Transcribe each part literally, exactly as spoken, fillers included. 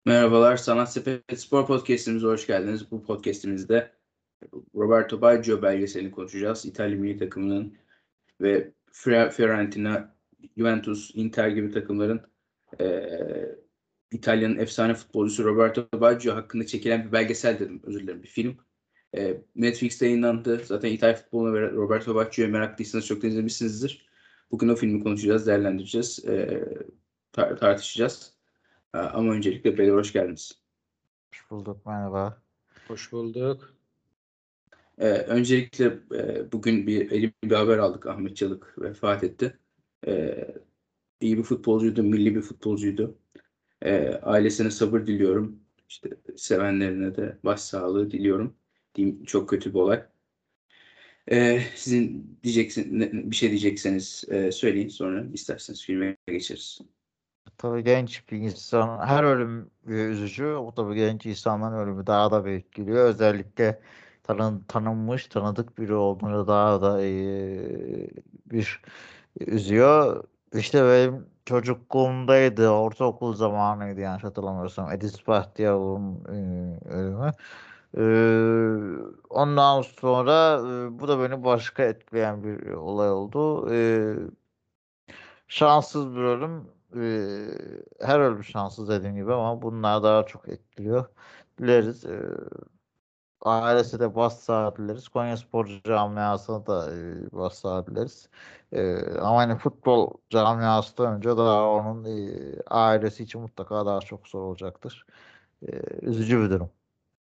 Merhabalar, Sanat Sepet Spor Podcast'imize hoş geldiniz. Bu podcast'imizde Roberto Baggio belgeselini konuşacağız. İtalya milli takımının ve Fre- Fiorentina, Juventus, Inter gibi takımların eee, İtalya'nın efsane futbolcusu Roberto Baggio hakkında çekilen bir belgesel dedim, özür dilerim, bir film. Eee, Netflix'te yayınlandı. Zaten İtalya futboluna ve Roberto Baggio'ya meraklıysanız çok da izlemişsinizdir. Bugün o filmi konuşacağız, değerlendireceğiz, eee, tar- tartışacağız. Ama öncelikle Beyler hoş geldiniz. Hoş bulduk, merhaba. Hoş bulduk. Ee, öncelikle e, bugün bir elim bir haber aldık. Ahmet Çalık vefat etti. Ee, iyi bir futbolcuydu, milli bir futbolcuydu. Ee, ailesine sabır diliyorum. İşte sevenlerine de başsağlığı diliyorum. Diyeyim, çok kötü bir olay. Ee, sizin diyeceksin, ne- bir şey diyecekseniz e, söyleyin. Sonra isterseniz filme geçeriz. Tabii genç bir insan, her ölüm e, üzücü. O tabii genç insanların ölümü daha da bir etkiliyor. Özellikle tanın, tanınmış, tanıdık biri olduğunu daha da e, bir üzüyor. İşte benim çocukluğumdaydı, ortaokul zamanıydı yanlış hatırlamıyorsam. Edis Bahtiyar'ın e, ölümü. Ee, ondan sonra e, bu da beni başka etkileyen bir olay oldu. Ee, şanssız bir ölüm. Ee, her ölüm şanssız dediğim gibi ama bunlar daha çok etkiliyor. Dileriz. E, ailesi de başsağlığı dileriz. Konyaspor camiasına da e, başsağlığı dileriz. E, ama hani futbol camiasından önce daha onun e, ailesi için mutlaka daha çok zor olacaktır. E, üzücü bir durum.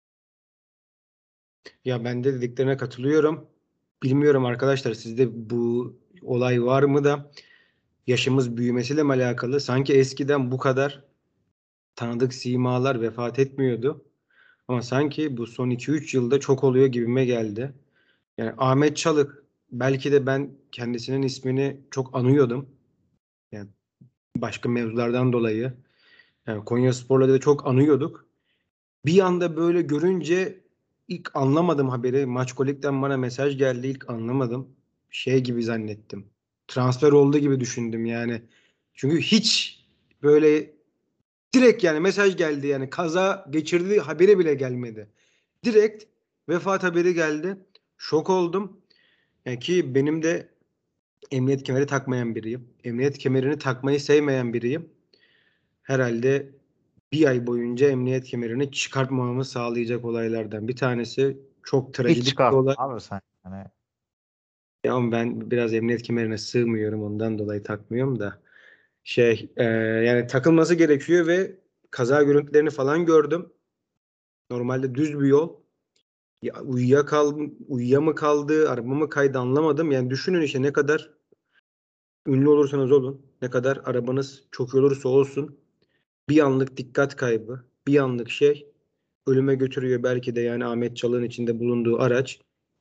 Ya ben de dediklerine katılıyorum. Bilmiyorum arkadaşlar, sizde bu olay var mı da yaşımız büyümesiyle mi alakalı? Sanki eskiden bu kadar tanıdık simalar vefat etmiyordu. Ama sanki bu son iki üç yılda çok oluyor gibime geldi. Yani Ahmet Çalık, belki de ben kendisinin ismini çok anıyordum. Yani başka mevzulardan dolayı. Yani Konyaspor'la da çok anıyorduk. Bir anda böyle görünce ilk anlamadım haberi. Maçkolik'ten bana mesaj geldi, ilk anlamadım. Şey gibi zannettim. Transfer oldu gibi düşündüm yani. Çünkü hiç böyle direkt yani mesaj geldi, yani kaza geçirdiği haberi bile gelmedi. Direkt vefat haberi geldi. Şok oldum. Yani ki benim de emniyet kemeri takmayan biriyim. Emniyet kemerini takmayı sevmeyen biriyim. Herhalde bir ay boyunca emniyet kemerini çıkartmamamı sağlayacak olaylardan bir tanesi. Çok Hiç trajedik bir olay. çıkartma abi sen. Hani Ya ama ben biraz emniyet kemerine sığmıyorum, ondan dolayı takmıyorum da. Şey e, yani takılması gerekiyor ve kaza görüntülerini falan gördüm. Normalde düz bir yol. Ya uyuya kaldım, uyuya mı kaldı, araba mı kaydı anlamadım. Yani düşünün işte, ne kadar ünlü olursanız olun, ne kadar arabanız çok iyi olursa olsun, bir anlık dikkat kaybı, bir anlık şey ölüme götürüyor belki de. Yani Ahmet Çalık'ın içinde bulunduğu araç,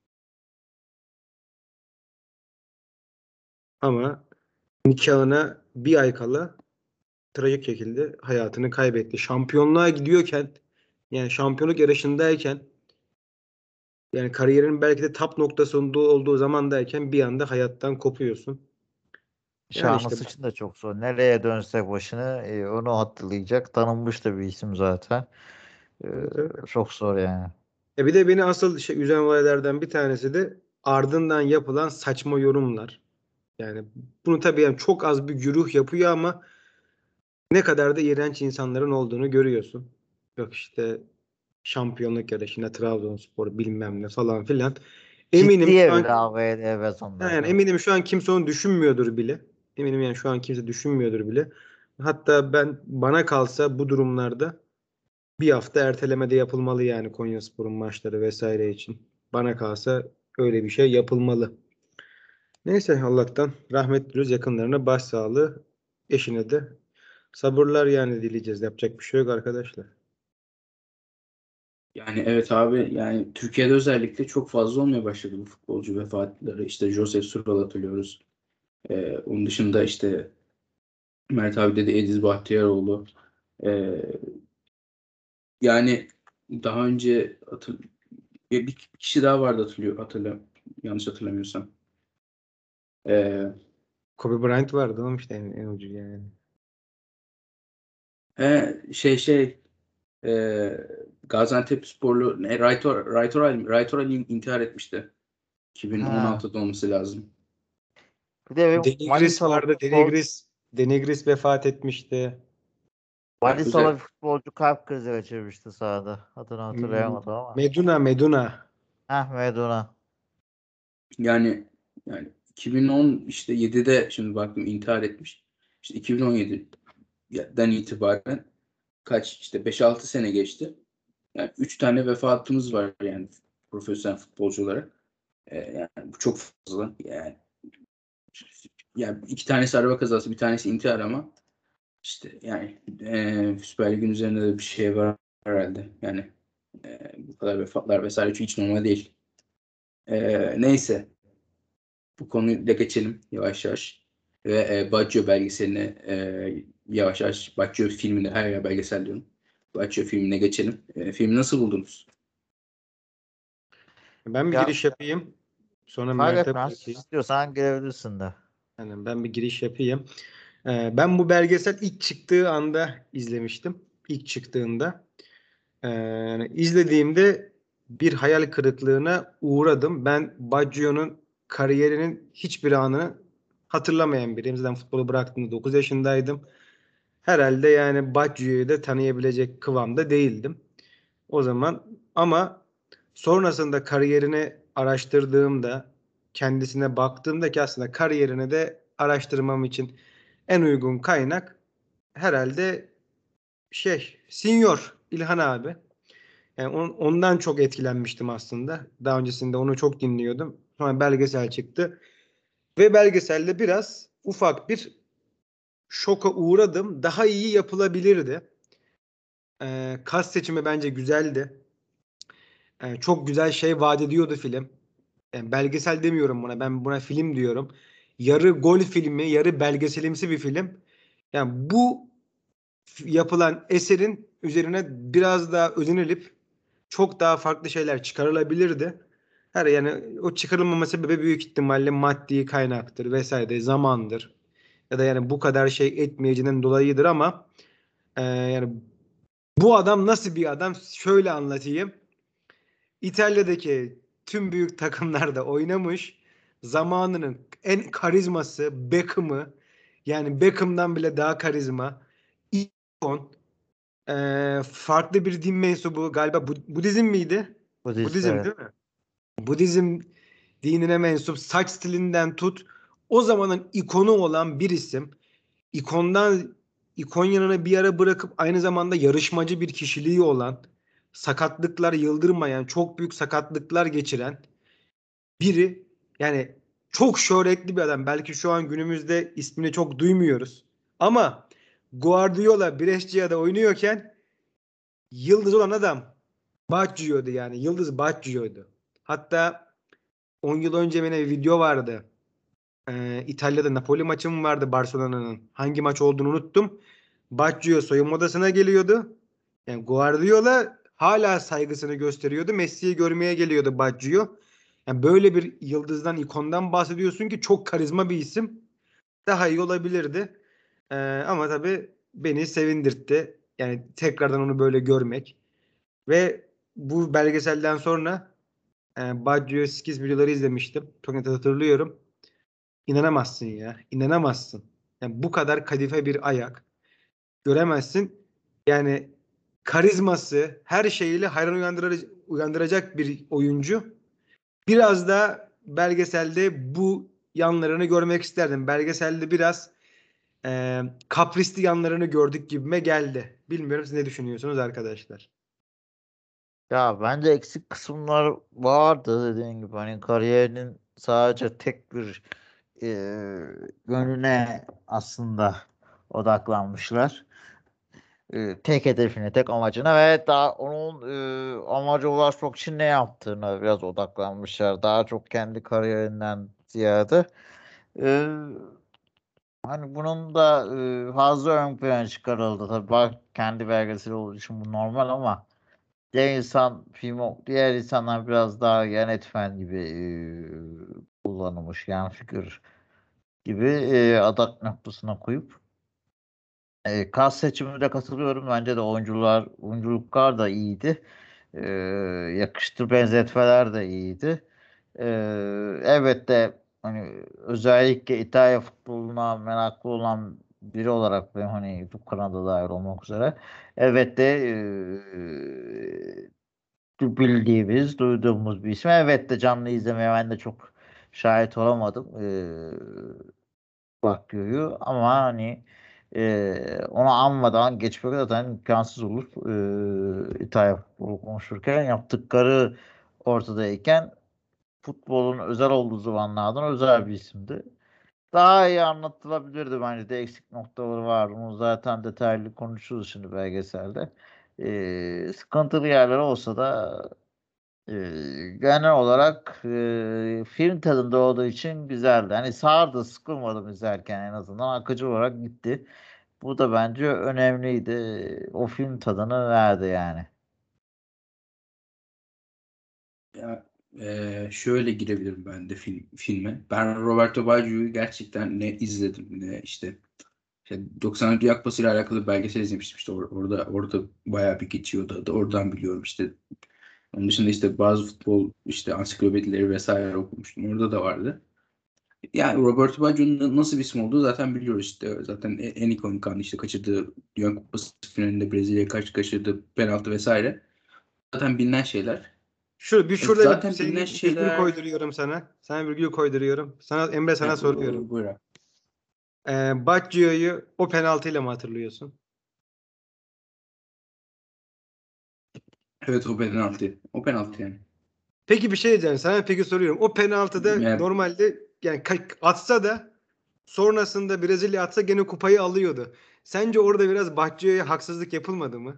ama nikahına bir ay kala trajik şekilde hayatını kaybetti. Şampiyonluğa gidiyorken, yani şampiyonluk yarışındayken, yani kariyerinin belki de top noktasında olduğu zamandayken bir anda hayattan kopuyorsun. Yani işte şanlısı için de çok zor. Nereye dönsek başını e, onu hatırlayacak. Tanınmış da bir isim zaten. E, evet, evet. çok zor yani. E bir de beni asıl şey, üzen olaylardan bir tanesi de ardından yapılan saçma yorumlar. Yani bunu tabii yani çok az bir güruh yapıyor ama ne kadar da iğrenç insanların olduğunu görüyorsun. Yok işte şampiyonluk yarışında Trabzonspor bilmem ne falan filan. Eminim şu Ciddiye an bile almaya değmez onlar. yani eminim şu an kimse onu düşünmüyordur bile. Eminim yani şu an kimse düşünmüyordur bile. Hatta ben, bana kalsa bu durumlarda bir hafta ertelemede yapılmalı yani Konyaspor'un maçları vesaire için. Bana kalsa öyle bir şey yapılmalı. Neyse, Allah'tan rahmet diliyoruz, yakınlarına başsağlığı, eşine de sabırlar yani dileyeceğiz. Yapacak bir şey yok arkadaşlar. Yani evet abi, yani Türkiye'de özellikle çok fazla olmaya başladı bu futbolcu vefatları. İşte Josef Sural hatırlıyoruz. Ee, onun dışında işte Mert abi dedi, Ediz Bahtiyaroğlu. Ee, yani daha önce hatır, bir bir kişi daha vardı, hatırlıyor hatırlam yanlış hatırlamıyorsam. Ee, Kobe Bryant vardı ama işte en, en ucu yani. he, şey şey e, Gaziantepsporlu ne, Raytor, Raytor, Ali- Raytor Ali intihar etmişti. Ha. iki bin on altıda olması lazım. Bir de bir Denigris Manisalı vardı. futbol, Denigris Denigris vefat etmişti. Ya Manisalı özel bir futbolcu kalp krizi geçirmişti sahada. Adını Hmm, hatırlayamadım ama. Meduna Meduna. Heh, Meduna. yani yani iki bin on işte yedide şimdi baktım intihar etmiş. İşte iki bin on yediden itibaren kaç işte beş altı sene geçti. Yani üç tane vefatımız var yani profesyonel futbolcu olarak. Ee, yani bu çok fazla. Yani yani iki tanesi araba kazası, bir tanesi intihar ama işte yani e, Süper Lig'in üzerinde de bir şey var herhalde. Yani e, bu kadar vefatlar vesaire hiç normal değil. E, neyse bu konuyu da geçelim yavaş yavaş. Ve e, Baggio belgeseline e, yavaş yavaş Baggio filmine her yer belgesel diyorum. Baggio filmine geçelim. E, filmi nasıl buldunuz? Ben bir Ya giriş yapayım. Sonra fark Mert'e etmez. bırakayım. İstiyorsan girebilirsin de. Yani ben bir giriş yapayım. Ee, ben bu belgesel ilk çıktığı anda izlemiştim. İlk çıktığında. Ee, yani izlediğimde bir hayal kırıklığına uğradım. Ben Baggio'nun kariyerinin hiçbir anını hatırlamayan biriyim. Zaten futbolu bıraktığımda dokuz yaşındaydım. Herhalde yani Baggio'yu da tanıyabilecek kıvamda değildim. O zaman ama sonrasında kariyerini araştırdığımda, kendisine baktığımda ki aslında kariyerini de araştırmam için en uygun kaynak herhalde şey Sinyor İlhan abi. Yani on- ondan çok etkilenmiştim aslında. Daha öncesinde onu çok dinliyordum. Sonra belgesel çıktı. Ve belgeselde biraz ufak bir şoka uğradım. Daha iyi yapılabilirdi. Ee, kas seçimi bence güzeldi. Ee, çok güzel şey vaat ediyordu film. Yani belgesel demiyorum buna. Ben buna film diyorum. Yarı gol filmi, yarı belgeselimsi bir film. Yani bu f- yapılan eserin üzerine biraz daha özenilip çok daha farklı şeyler çıkarılabilirdi. Her yani o çıkarılmama sebebi büyük ihtimalle maddi kaynaktır vesaire, zamandır. Ya da yani bu kadar şey etmeyeceğinden dolayıdır ama e, yani bu adam nasıl bir adam? Şöyle anlatayım. İtalya'daki tüm büyük takımlarda oynamış. Zamanının en karizması Beckham'ı, yani Beckham'dan bile daha karizma. İkon. Ee, farklı bir din mensubu galiba Bu- Budizm miydi? Budist, Budizm evet. değil mi? Budizm dinine mensup, saç stilinden tut, o zamanın ikonu olan bir isim. İkondan ikon yanına bir ara bırakıp aynı zamanda yarışmacı bir kişiliği olan, sakatlıklar yıldırmayan, çok büyük sakatlıklar geçiren biri. Yani çok şöhretli bir adam. Belki şu an günümüzde ismini çok duymuyoruz. Ama Guardiola Brescia'da oynuyorken yıldız olan adam Baggio'ydu yani. Yıldız Baggio'ydu. Hatta on yıl önce benim bir video vardı. Ee, İtalya'da Napoli maçı mı vardı Barcelona'nın? Hangi maç olduğunu unuttum. Baggio soyunma odasına geliyordu. Yani Guardiola hala saygısını gösteriyordu. Messi'yi görmeye geliyordu Baggio. Yani böyle bir yıldızdan, ikondan bahsediyorsun ki çok karizma bir isim. Daha iyi olabilirdi. Ee, ama tabii beni sevindirtti. Yani tekrardan onu böyle görmek. Ve bu belgeselden sonra e, Baggio Skiz videoları izlemiştim. Çok net hatırlıyorum. İnanamazsın ya. İnanamazsın. Yani bu kadar kadife bir ayak göremezsin. Yani karizması, her şeyiyle hayran uyandıracak, uyandıracak bir oyuncu. Biraz da belgeselde bu yanlarını görmek isterdim. Belgeselde biraz e, kaprisli yanlarını gördük gibime geldi. Bilmiyorum siz ne düşünüyorsunuz arkadaşlar? Ya bence eksik kısımlar vardı dediğin gibi. Hani kariyerinin sadece tek bir e, yönüne aslında odaklanmışlar. E, tek hedefine, tek amacına ve daha onun e, amaca ulaşmak için ne yaptığına biraz odaklanmışlar. Daha çok kendi kariyerinden ziyade. E, Hani bunun da e, fazla ön plana çıkarıldı. Tabii bak, kendi belgeseli olduğu için bu normal ama diğer insan film diğer insanlar biraz daha yönetmen gibi e, kullanılmış, yani figür gibi e, adak noktasına koyup E, kas seçimine katılıyorum. Bence de oyuncular, oyunculuklar da iyiydi. E, yakıştır benzetmeler de iyiydi. E, evet de hani özellikle İtalya futboluna meraklı olan biri olarak benim hani YouTube kanalda dahil olmak üzere evet de e, bildiğimiz, duyduğumuz bir isim. Evet de canlı izlemeye ben de çok şahit olamadım. E, Bakıyor'yu ama hani e, onu anmadan geçmek zaten imkansız olur. E, İtalya futbolu konuşurken yaptıkları ortadayken futbolun özel olduğu zamanlardan özel bir isimdi. Daha iyi anlatılabilirdi bence de eksik noktaları var. Bunu zaten detaylı konuşuruz şimdi belgeselde. E, sıkıntılı yerler olsa da e, genel olarak e, film tadında olduğu için güzeldi. Hani sardı, sıkılmadım izlerken en azından akıcı olarak gitti. Bu da bence önemliydi. O film tadını verdi yani. Ya, eee, şöyle girebilirim ben de film, filme. Ben Roberto Baggio'yu gerçekten ne izledim ne işte, işte doksan Dünya Kupası ile alakalı bir belgesel izlemiştim. İşte or- orada orada bayağı bir geçiyordu adı. Oradan biliyorum işte. Onun dışında işte bazı futbol işte ansiklopedileri vesaire okumuştum. Orada da vardı. Yani Roberto Baggio'nun nasıl bir isim olduğu zaten biliyoruz işte. Zaten e- en ikonik anı işte kaçırdığı Dünya Kupası finalinde Brezilya'ya karşı kaçırdığı penaltı vesaire. Zaten bilinen şeyler. Şu bir E, şurada bir Zaten bilinen senin virgül şeyler. koyduruyorum sana. Sana virgül koyduruyorum. Sana Emre sana Evet, soruyorum. bu- buyurun. Ee, Baggio'yu o penaltıyla mı hatırlıyorsun? Evet, o penaltı. O penaltı yani. Peki bir şey diyeceğim. Sana peki soruyorum. O penaltıda Yani normalde yani ka- atsa da sonrasında Brezilya atsa gene kupayı alıyordu. Sence orada biraz Baggio'ya haksızlık yapılmadı mı?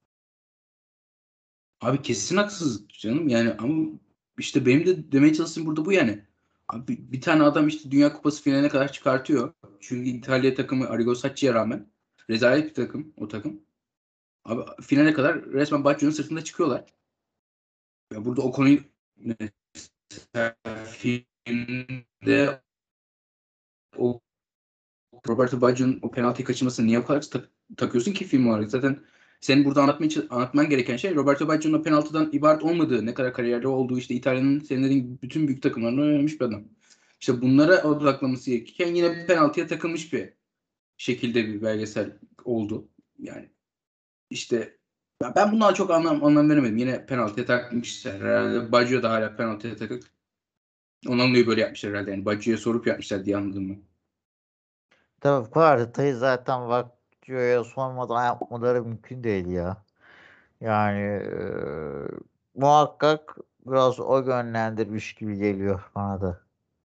abi kesin haksız canım yani, ama işte benim de demeye çalıştığım burada bu yani. Abi bir tane adam işte Dünya Kupası finaline kadar çıkartıyor. Çünkü İtalya takımı Arrigo Sacchi'ye rağmen rezalet bir takım o takım. Abi finale kadar resmen Baggio'nun sırtında çıkıyorlar. Ya burada o konuyu mesela filmde o Roberto Baggio'nun o penaltıyı kaçırmasını niye o kadar tak- takıyorsun ki film olarak? Zaten senin burada anlatmaya, anlatman gereken şey Roberto Baggio'nun o penaltıdan ibaret olmadığı, ne kadar kariyerde olduğu, işte İtalya'nın senin dediğin gibi bütün büyük takımlarını oynamış bir adam. İşte bunlara odaklaması gerekirken yine bir penaltıya takılmış bir şekilde bir belgesel oldu. Yani işte ben ben bundan çok anlam, anlam veremedim. Yine penaltıya takmışlar herhalde. Baggio da hala penaltıya takık. Ondan dolayı böyle yapmışlar herhalde. Yani Baggio'ya sorup yapmışlar diye anladım ben. Tabii bu haritayı zaten Vaktiyo'ya sormadan yapmaları mümkün değil ya. Yani eee, muhakkak biraz o yönlendirmiş gibi geliyor bana da.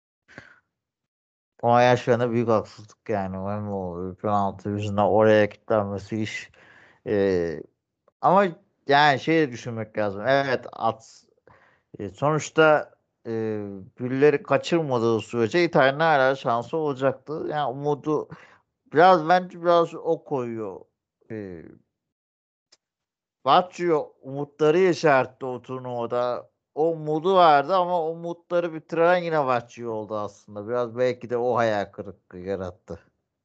Ama yaşayana büyük haksızlık yani. Hem o penaltı yüzünden oraya kilitlenmesi iş. Eee, ama yani şey de düşünmek lazım. Evet at e, sonuçta e, birileri kaçırmadığı sürece İtalya'nın hala şansı olacaktı. Yani umudu biraz bence biraz o koyuyor. E, Lazio umutları yeşertti o turnuvada. O umudu vardı ama o umutları bitiren yine Lazio oldu aslında. Biraz belki de o hayal kırıklığı yarattı.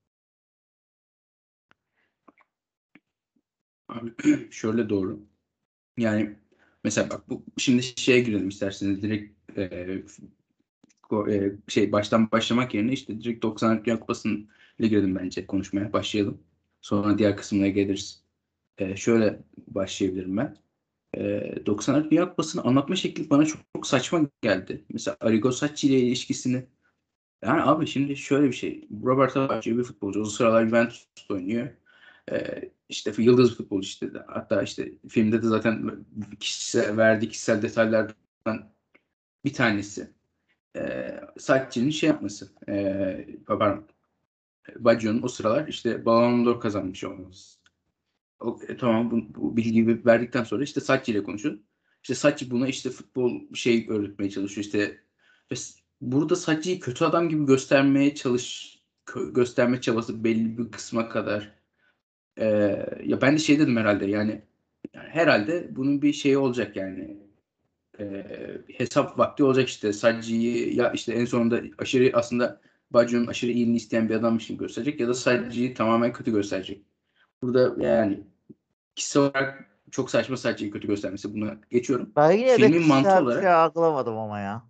Abi, şöyle doğru. Yani mesela bak, bu şimdi şeye girelim isterseniz direkt e, ko- e, şey baştan başlamak yerine işte direkt doksan Dünya Kupası'nı ile girelim, bence konuşmaya başlayalım. Sonra diğer kısmına geliriz. E, şöyle başlayabilirim ben. E, doksan Dünya Kupası'nı anlatma şekli bana çok, çok saçma geldi. Mesela Arrigo Sacchi ile ilişkisini, yani abi şimdi şöyle bir şey. Roberto Baggio bir futbolcu. O sıralar Juventus'ta oynuyor. Ee, işte yıldız futbolcu işte. Hatta işte filmde de zaten kişisel, verdiği kişisel detaylardan bir tanesi. Ee, Sacchi'nin şey yapması. Ee, pardon. Baggio'nun o sıralar işte Ballon d'Or kazanmış olması. O, e, tamam, bu, bu bilgiyi verdikten sonra işte Sacchi ile konuşuyor. İşte Sacchi buna işte futbol şey öğretmeye çalışıyor. İşte ve s- burada Sacchi'yi kötü adam gibi göstermeye çalış kö- gösterme çabası belli bir kısma kadar. Ee, ya ben de şey dedim herhalde yani, yani herhalde bunun bir şeyi olacak yani. Ee, hesap vakti olacak işte. Sacchi'yi ya işte en sonunda aşırı, aslında Baggio'nun aşırı iyiliğini isteyen bir adammış gibi gösterecek ya da Sacchi'yi tamamen kötü gösterecek. burada yani kişisel olarak çok saçma Saccio'yu kötü göstermesi, buna geçiyorum. Ben yine de Filmin mantığı kişisel bir olarak şey algılamadım ama ya.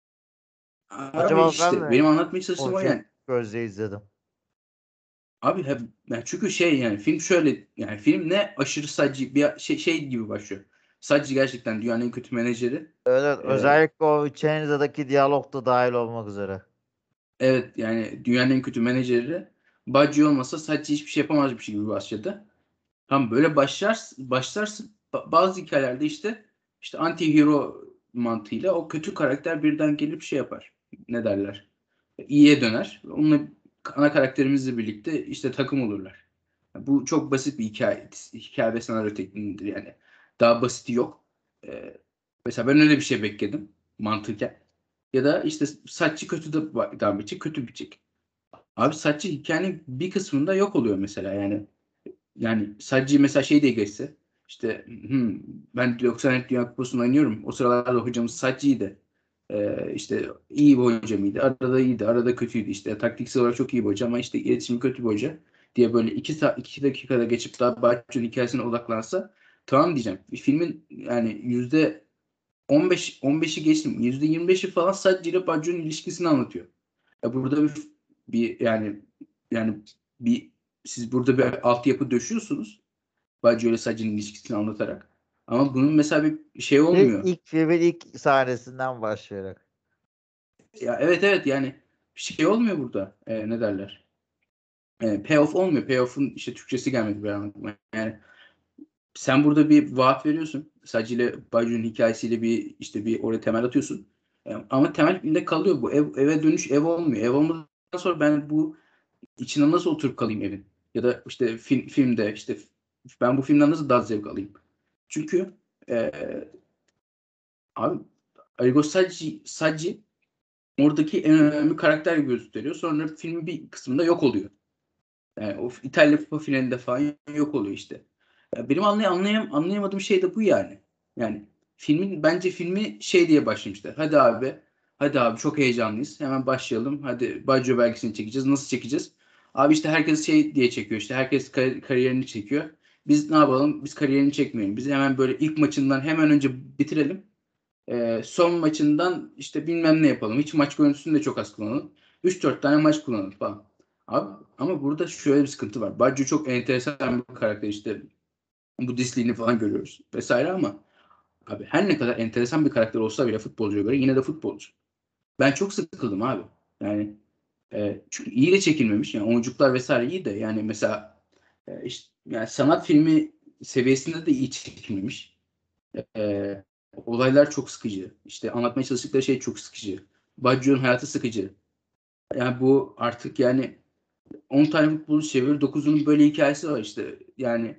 abi Acaba ben işte mi benim anlatmaya çalıştığım o objektif yani. gözle izledim? Abi hep yani çünkü şey yani film şöyle yani film ne aşırı Sacci bir şey, şey gibi başlıyor. Sacci gerçekten dünyanın en kötü menajeri. Evet, Ee, özellikle o Cheniza'daki diyalog da dahil olmak üzere. evet yani dünyanın en kötü menajeri. Baggio olmasa Sacci hiçbir şey yapamazmış gibi başladı. Tam böyle başlar başlarsın. Ba- bazı hikayelerde işte işte anti-hero mantığıyla o kötü karakter birden gelip şey yapar. Ne derler? İyiye döner. Onunla ana karakterimizle birlikte işte takım olurlar. Bu çok basit bir hikaye, hikaye ve senaryo tekniğidir yani. Daha basiti yok. Ee, mesela ben öyle bir şey bekledim mantıken. Ya da işte Saççı kötü de devam edecek, kötü bitecek. Abi Saççı hikayenin bir kısmında yok oluyor mesela yani. Yani sadece mesela şey diye geçse işte hmm, ben doksan net Dünya Kupası'nda oynuyorum. O sıralarda hocamız Saccı'ydı. Ee, işte iyi bir hoca mıydı? Arada iyiydi, arada kötüydü. İşte taktiksel olarak çok iyi bir hoca ama işte iletişimi kötü bir hoca diye böyle iki, saat, iki dakikada geçip daha Baggio'nun hikayesine odaklansa tamam diyeceğim. Filmin yani yüzde on beş on beşi geçtim. yüzde yirmi beşi falan Saccı ile Baggio'nun ilişkisini anlatıyor. Ya burada bir, bir yani yani bir siz burada bir altyapı döşüyorsunuz. Baggio ile Saccı'nın ilişkisini anlatarak. Ama bunun mesela bir şey Ve olmuyor. ilk filmin ilk sahnesinden başlayarak. Ya evet evet yani bir şey olmuyor burada. Ee, ne derler? Ee, payoff olmuyor. Payoff'un işte Türkçesi gelmedi bir anlatıma. Yani sen burada bir vaat veriyorsun. Saccı ile Baggio'nun hikayesiyle bir işte bir oraya temel atıyorsun. Ee, ama temel de kalıyor bu. Ev, eve dönüş ev olmuyor. Ev olmadan sonra ben bu içine nasıl oturup kalayım evin? Ya da işte film, filmde işte ben bu filmden nasıl daha zevk alayım? Çünkü e, abi Arrigo Sacchi, Sacchi oradaki en önemli karakter gibi gösteriyor. Sonra filmin bir kısmında yok oluyor. Yani o İtalya Kupa finalinde falan yok oluyor işte. Ya benim anlay anlayam anlayamadığım şey de bu yani. Yani filmin bence filmi şey diye başlamışlar. Hadi abi, hadi abi çok heyecanlıyız. Hemen başlayalım. Hadi Baggio belgesini çekeceğiz. Nasıl çekeceğiz? Abi işte herkes şey diye çekiyor işte. Herkes kar- kariyerini çekiyor. Biz ne yapalım? Biz kariyerini çekmeyelim. Biz hemen böyle ilk maçından hemen önce bitirelim. Ee, son maçından işte bilmem ne yapalım. Hiç maç görüntüsünü de çok az kullanalım. üç dört tane maç kullanalım falan. Abi ama burada şöyle bir sıkıntı var. Baggio çok enteresan bir karakter işte. Bu disliğini falan görüyoruz vesaire ama abi her ne kadar enteresan bir karakter olsa bile futbolcuya göre yine de futbolcu. Ben çok sıkıldım abi. Yani e, çünkü iyi de çekilmemiş. Yani oyunculuklar vesaire iyi de yani mesela e, işte yani sanat filmi seviyesinde de iyi çekilmemiş. E, olaylar çok sıkıcı. İşte anlatmaya çalıştıkları şey çok sıkıcı. Baggio'nun hayatı sıkıcı. Yani bu artık yani on tane futbolcu çevir, dokuzunun böyle hikayesi var işte. Yani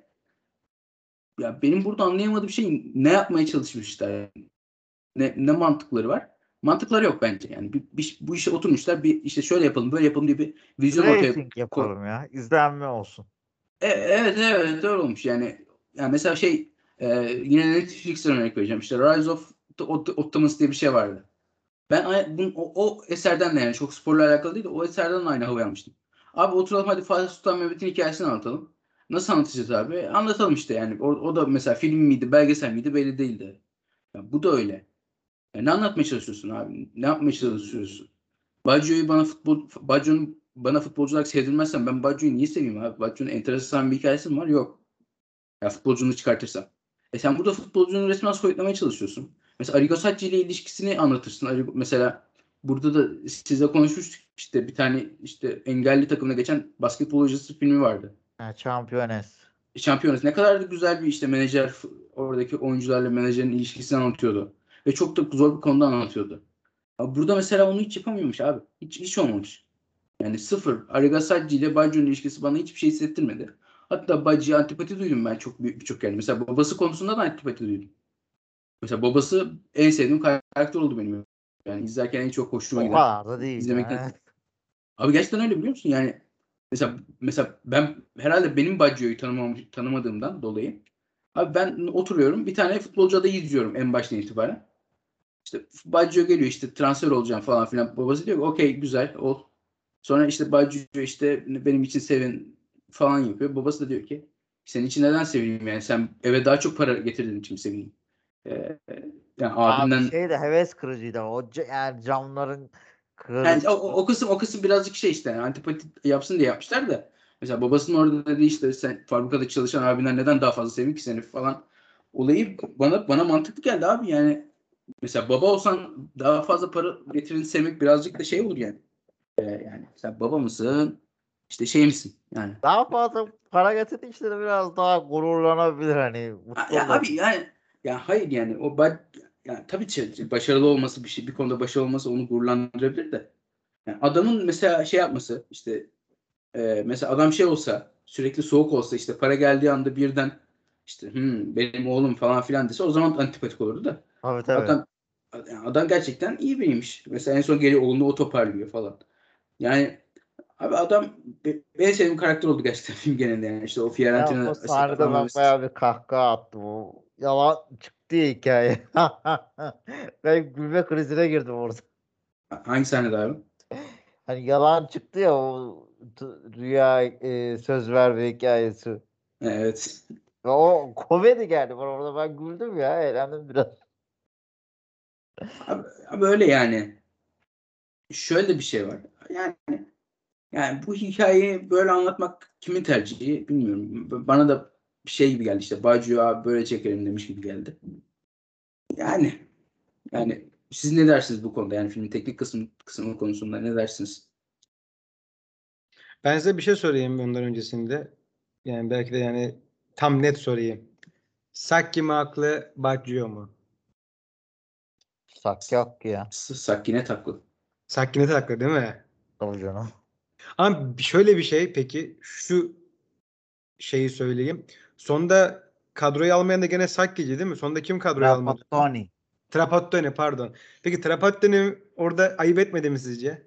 ya benim burada anlayamadığım şey ne yapmaya çalışmışlar? Ne, ne mantıkları var? Mantıkları yok bence. Yani bir, bir- bu işe oturmuşlar. Bir işte şöyle yapalım, böyle yapalım diye bir vizyon ortaya Rating ko- yapalım ya. İzlenme olsun. E, evet evet öyle olmuş. Yani yani mesela şey e, yine Netflix'ten örnek vereceğim. İşte Rise of the Ot- Ottomans diye bir şey vardı. Ben ay- bunun, o, o eserden de yani çok sporla alakalı değil de o eserden de aynı havayı almıştım. Abi oturalım hadi Fatih Sultan Mehmet'in hikayesini anlatalım. Nasıl anlatacağız abi? Anlatalım işte yani. O, o da mesela film miydi, belgesel miydi belli değildi. Ya bu da öyle. Ya ne anlatmaya çalışıyorsun abi? Ne yapmaya çalışıyorsun? Baggio'yu bana futbol Baggio'nun bana futbolcu olarak sevdirmezsen ben Baggio'yu niye seveyim abi? Baggio'nun enteresan bir hikayesi mi var? Yok. Ya futbolcunu çıkartırsam. E sen burada futbolcunun resmen soyutlamaya çalışıyorsun. Mesela Arrigo Sacchi ile ilişkisini anlatırsın. Arrigo, mesela burada da sizle konuşmuştuk. İşte bir tane işte engelli takımda geçen basketbol hocası filmi vardı. Ha, Championes. Şampiyonuz. Ne kadar da güzel bir işte menajer oradaki oyuncularla menajerin ilişkisini anlatıyordu. Ve çok da zor bir konuda anlatıyordu. Abi burada mesela onu hiç yapamıyormuş abi. Hiç, hiç olmamış. Yani sıfır. Arrigo Sacchi ile Baggio'nun ilişkisi bana hiçbir şey hissettirmedi. Hatta Baggio'ya antipati duydum ben çok büyük birçok yerde. Mesela babası konusunda da antipati duydum. Mesela babası en sevdiğim karakter oldu benim. Yani izlerken en çok hoşuma O giden. kadar da değil İzlemekten. ya. Abi gerçekten öyle biliyor musun? Yani mesela mesela ben herhalde benim Baggio'yu tanımam, tanımadığımdan dolayı abi ben oturuyorum bir tane futbolcu adayı izliyorum en baştan itibaren. İşte Baggio geliyor işte transfer olacağım falan filan. Babası diyor ki okey güzel ol. Sonra işte Baggio işte benim için sevin falan yapıyor. Babası da diyor ki Senin için neden sevineyim yani? Sen eve daha çok para getirdiğin için mi sevineyim? Ee, yani Abi abinden şey de heves kırıcıydı. O ca- yani camların yani o, kırılması. o o kısım o kısım birazcık şey işte yani antipati yapsın diye yapmışlar da mesela babasının orada dediği işte sen fabrikada çalışan abinden neden daha fazla seveyim ki seni falan olayı bana bana mantıklı geldi abi yani mesela baba olsan daha fazla para getirin sevmek birazcık da şey olur yani. Ee, yani sen baba mısın işte şey misin yani. Daha fazla para getirdiği işte de biraz daha gururlanabilir, hani Ha, mutlu ya abi olabilir. yani ya hayır yani o ba- yani tabii ki başarılı olması bir şey bir konuda başarılı olması onu gururlandırabilir de yani adamın mesela şey yapması işte e, mesela adam şey olsa sürekli soğuk olsa işte para geldiği anda birden işte "Hmm, benim oğlum falan filan dese o zaman antipatik olurdu da Tabii tabii. adam yani adam gerçekten iyi biriymiş. Mesela en son geliyor oğlunu o toparlıyor falan. Yani abi adam be- benim sevdiğim karakter oldu gerçekten film genelinde yani işte o Ya Fiorentina o sahnede falan ben mesela. bayağı bir kahkaha attım. O yalan çıktı ya hikaye. Ben gülme krizine girdim orada. Hangi sahnede abi? Hani yalan çıktı ya, o t- rüya e, söz verme hikayesi. Evet. Ve o komedi geldi bana orada, ben güldüm ya, eğlendim biraz. Abi, abi öyle yani. Şöyle bir şey var. Yani yani bu hikayeyi böyle anlatmak kimin tercihi bilmiyorum. B- Bana da bir şey gibi geldi işte. Bacı abi böyle çekelim demiş gibi geldi. Yani yani siz ne dersiniz bu konuda? Yani filmin teknik kısmı kısmı konusunda ne dersiniz? Ben size bir şey sorayım ondan öncesinde. Yani belki de yani tam net sorayım. Saki mi haklı, Baggio mu? Sak yok ki ya. S- Sakine taklı. Saki net haklı değil mi? Tabii canım. Ama şöyle bir şey, peki şu şeyi söyleyeyim. Sonda kadroyu almayan da gene Saki'ci değil mi? Sonda kim kadroyu almadı? Trapattoni. Trapattoni, pardon. Peki Trapattoni orada ayıp etmedi mi sizce?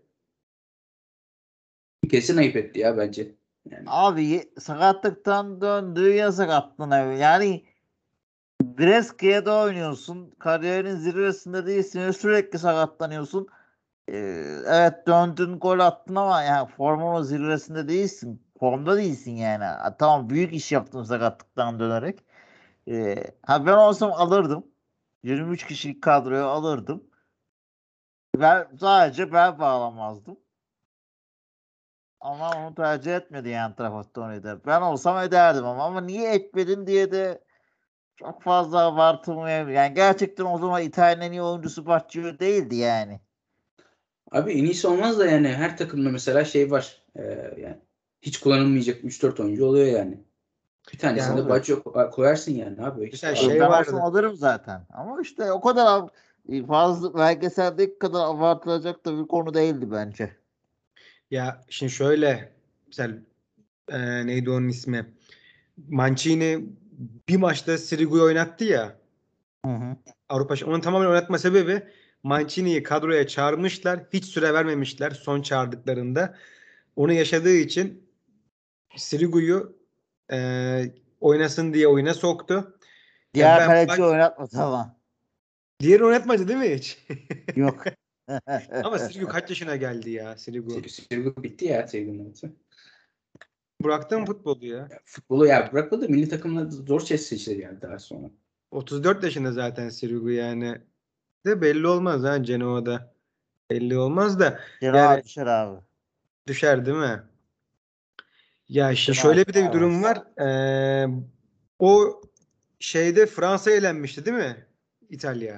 Kesin ayıp etti ya bence. Yani Abi sakatlıktan döndüğü ya sakatlığına. Yani Brescia'da oynuyorsun. Kariyerin zirvesinde değilsin ve sürekli sakatlanıyorsun. Ee, evet, döndün gol attın ama yani formunun zirvesinde değilsin. Formda değilsin yani. Ha, tamam, büyük iş yaptın sakatlıktan dönerek. Ee, ha ben olsam alırdım. yirmi üç kişilik kadroyu alırdım. Ben sadece ben bağlamazdım. Ama onu tercih etmedi yani Trapattoni'de. Ben olsam ederdim ama ama niye etmedin diye de çok fazla abartılmıyor. Yani gerçekten o zaman İtalya'nın en iyi oyuncusu Baggio değildi yani. abi en iyisi olmaz da yani her takımda mesela şey var. Ee, yani hiç kullanılmayacak üç dört oyuncu oluyor yani. Bir tanesini de Yani Tabii. Baggio ko- koyarsın yani abi. İşte mesela adam şey Ben olsam vardı. alırım zaten. Ama işte o kadar ab- fazla belgeseldeki kadar abartılacak da bir konu değildi bence. Ya şimdi şöyle, mesela e, neydi onun ismi? Mancini bir maçta Sirigu'yu oynattı ya. Hı hı. Avrupa onun tamamen oynatma sebebi, Mancini'yi kadroya çağırmışlar. Hiç süre vermemişler son çağırdıklarında. Onu yaşadığı için Sirigu'yu e, oynasın diye oyuna soktu. Ya Diğer ben kaleci bak, oynatmadı ama. diğeri oynatmadı değil mi hiç? Yok. Ama Sirigu kaç yaşına geldi ya Sirigu? Sirgu Sirgu bitti ya sevginin orası. Bıraktı mı Yani, futbolu ya? ya futbolu ya bırakmadı milli takımla zor ses seçildi yani daha sonra. otuz dört yaşında zaten Sirigu yani. De belli olmaz ha Genoa'da. Belli olmaz da yani Genoa düşer abi. düşer değil mi? Ya şimdi Genoa şöyle bir de bir düşer. durum var. Ee, o şeyde Fransa elenmişti değil mi? İtalya.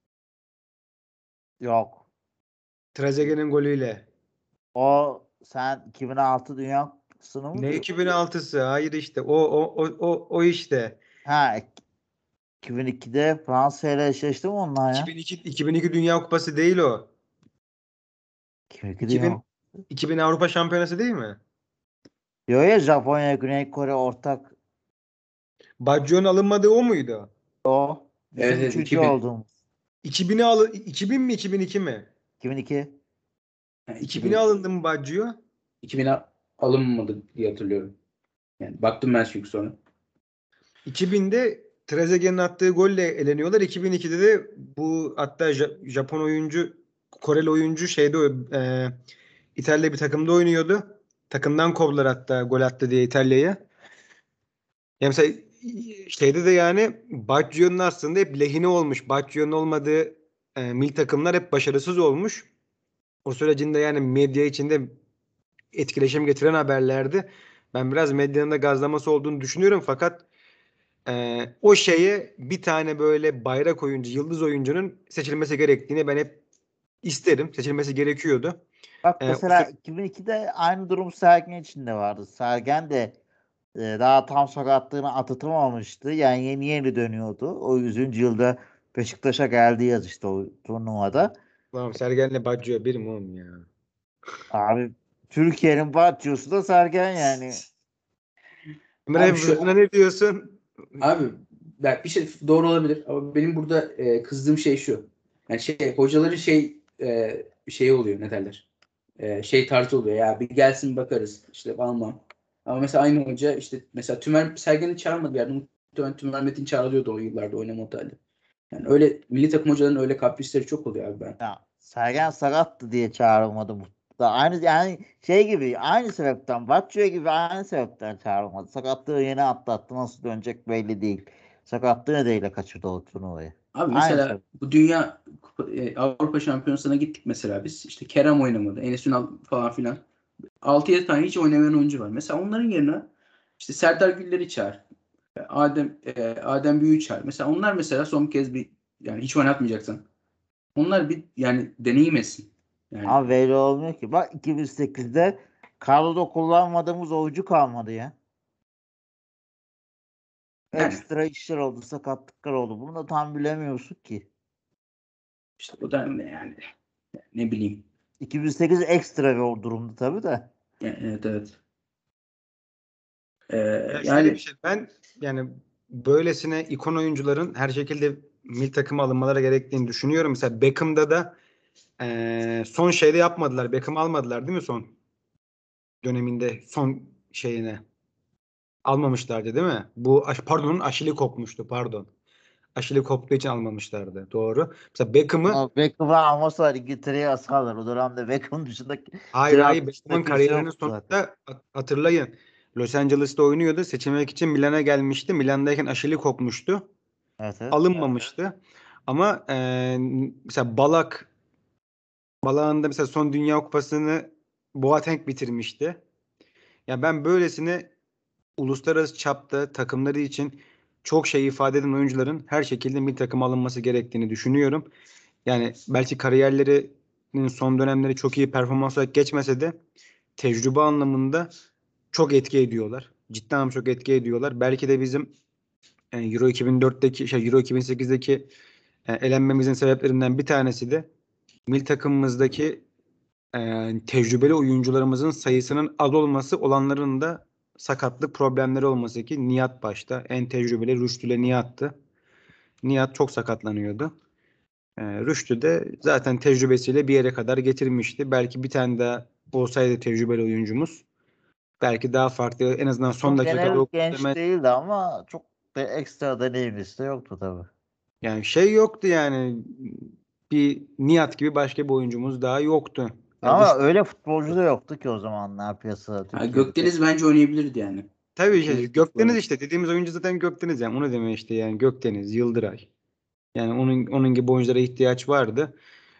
Yok. Trezeguet'in golüyle. O sen iki bin altı Dünya Kupası'nı mı Ne diyor? iki bin altısı? Hayır işte. O o o o, o işte. Ha, iki bin ikide Fransa ile eşleşti mi onlar ya? iki bin iki iki bin iki Dünya Kupası değil o. iki bin iki iki bin Dünya. iki bin Avrupa Şampiyonası değil mi? Diyor ya, Japonya, Güney Kore ortak, Baggio'nun alınmadığı o muydu? o. Evet, Bizim evet üçüncü iki bin. olduğumuz. iki bine alı iki bin mi iki bin iki mi? iki bin iki. Yani iki bine iki bin, alındı mı Baggio? iki bine alınmadı diye hatırlıyorum. Yani baktım ben çünkü sonra. iki binde Trezeguet'in attığı golle eleniyorlar. iki bin ikide de bu hatta Ja- Japon oyuncu, Koreli oyuncu şeyde e, İtalya bir takımda oynuyordu. Takımdan kovdular hatta gol attı diye İtalya'ya. Ya mesela şeyde de yani Baggio'nun aslında hep lehine olmuş. Baggio'nun olmadığı e, milli takımlar hep başarısız olmuş. O sürecinde yani medya içinde etkileşim getiren haberlerdi. Ben biraz medyanın da gazlaması olduğunu düşünüyorum fakat e, o şeye bir tane böyle bayrak oyuncu, yıldız oyuncunun seçilmesi gerektiğini ben hep isterim. Seçilmesi gerekiyordu. Bak E, o mesela süre- iki bin ikide aynı durum Sergen için de vardı. Sergen de e, daha tam sakatlığını atlatamamıştı. Yani yeni yeni dönüyordu. O yüzüncü yılda Beşiktaş'a geldi yaz işte o turnuvada. Tamam, Sergen'le Baggio bir mi oğlum ya? Abi Türkiye'nin Batshuayi'si da Sergen yani. Emre Abi şu buna ne diyorsun? abi bak bir şey doğru olabilir ama benim burada e, kızdığım şey şu. Yani şey hocaları şey e, şey oluyor ne derler? E, şey tarzı oluyor ya bir gelsin bakarız işte almam. Ama mesela aynı hoca işte mesela Tümer Sergen'i çağırmadı bir yerde. Muhtemelen Tümer Metin çağırıyordu o yıllarda oynama halde. Yani öyle milli takım hocalarının öyle kaprisleri çok oluyor abi ben. Ya Sergen sakattı diye çağrılmadı bu. Da aynı yani şey gibi aynı sebepten Batshuayi gibi aynı sebepten çağrılmadı. Sakatlığı yeni atlattı. Nasıl dönecek belli değil. Sakatlığı nedeniyle kaçırdı o turnuvayı. Abi Aynı mesela sebep. bu dünya Kupa- e, Avrupa Şampiyonası'na gittik mesela biz. İşte Kerem oynamadı. Enes Ünal falan filan. altı yedi tane hiç oynamayan oyuncu var. Mesela onların yerine işte Serdar Güller'i çağır. Adem e, Adem Büyük'ü çağır. Mesela onlar mesela son kez bir yani hiç oynatmayacaksın. Onlar bir yani deneyim etsin. Yani, Ama böyle olmuyor ki. Bak iki bin sekizde kadroda kullanmadığımız oyuncu kalmadı ya. yani Ekstra işler oldu, sakatlıklar oldu. Bunu da tam bilemiyorsun ki. işte o da ne yani ne bileyim. iki bin sekiz ekstra bir o durumdu tabii de. Yani, evet evet. Ee, Ya şöyle bir yani şey, ben yani böylesine ikon oyuncuların her şekilde milli takıma alınmaları gerektiğini düşünüyorum. Mesela Beckham'da da eee, son şeyde yapmadılar. Beckham almadılar değil mi son döneminde son şeyine? Almamışlardı değil mi? Bu aş- pardon, Aşili kopmuştu, pardon. Aşili koptuğu için almamışlardı. Doğru. Mesela Beckham'ı Ama Beckham'ı almasalar İngiltere'ye asarlar. O dönemde Beckham dışında hayır hayır, kiralık Beckham'ın dışında kimse kariyerinin yoktu zaten. sonunda hat- hatırlayın. Los Angeles'ta oynuyordu. Seçilmek için Milan'a gelmişti. Milan'dayken Aşili kopmuştu. Evet, evet. Alınmamıştı. Ama e, mesela Balak Balak'ın da mesela son Dünya Kupası'nı Boateng bitirmişti. Ya ben böylesine uluslararası çapta takımları için çok şey ifade eden oyuncuların her şekilde milli takıma alınması gerektiğini düşünüyorum. Yani belki kariyerlerinin son dönemleri çok iyi performans olarak geçmese de tecrübe anlamında çok etki ediyorlar. Cidden anlamda çok etki ediyorlar. Belki de bizim e, Euro iki bin dörtteki şey Euro iki bin sekizdeki e, elenmemizin sebeplerinden bir tanesi de milli takımımızdaki e, tecrübeli oyuncularımızın sayısının az olması, olanların da sakatlık problemleri olması ki Nihat başta en tecrübeli Rüştü ile Nihat'tı. Nihat çok sakatlanıyordu. E, Rüştü de zaten tecrübesiyle bir yere kadar getirmişti. Belki bir tane daha olsaydı tecrübeli oyuncumuz belki daha farklı, en azından son Çok dakikada genel o genç kademe- değildi ama çok da ekstra deneyimlisi de yoktu tabii. yani şey yoktu yani, bir Nihat gibi başka bir oyuncumuz daha yoktu. Ya Ama dış öyle futbolcu da yoktu ki o zamanlar piyasada ha, Türkiye'de. Gökdeniz bence oynayabilirdi yani. tabii şey, Gökdeniz Gökdeniz işte dediğimiz oyuncu zaten Gökdeniz, yani onu demeye işte, yani Gökdeniz, Yıldıray. Yani onun onun gibi oyunculara ihtiyaç vardı.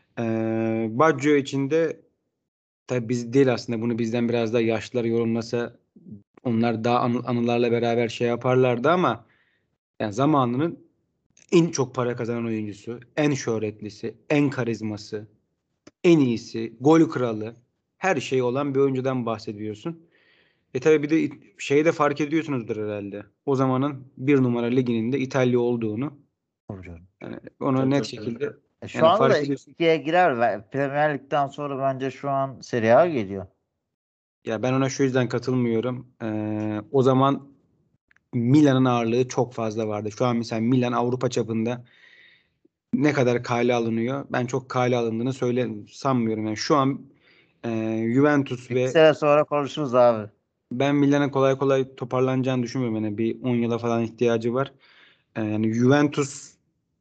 Ee, Baggio için de tabii biz değil aslında, bunu bizden biraz daha yaşlılar yorumlasa onlar daha anı- anılarla beraber şey yaparlardı ama yani zamanının en çok para kazanan oyuncusu, en şöhretlisi, en karizması, en iyisi, gol kralı, her şey olan bir oyuncudan bahsediyorsun. E tabii bir de it- şeyi de fark ediyorsunuzdur herhalde. O zamanın bir numara liginin de İtalya olduğunu. Tabii canım. Yani onu tabii, net tabii. şekilde E, şu yani anda da fark ilk ediyorsun. ikiye girer ve Premier Lig'den sonra bence şu an Serie A geliyor. Ya ben ona şu yüzden katılmıyorum. Ee, o zaman Milan'ın ağırlığı çok fazla vardı. Şu an mesela Milan Avrupa çapında ne kadar kale alınıyor? Ben çok kale alındığını söyle sanmıyorum. Yani şu an e, Juventus İki ve sene sonra konuşuruz abi. ben Milan'a kolay kolay toparlanacağını düşünmüyorum. Yani bir on yıla falan ihtiyacı var. Ee, yani Juventus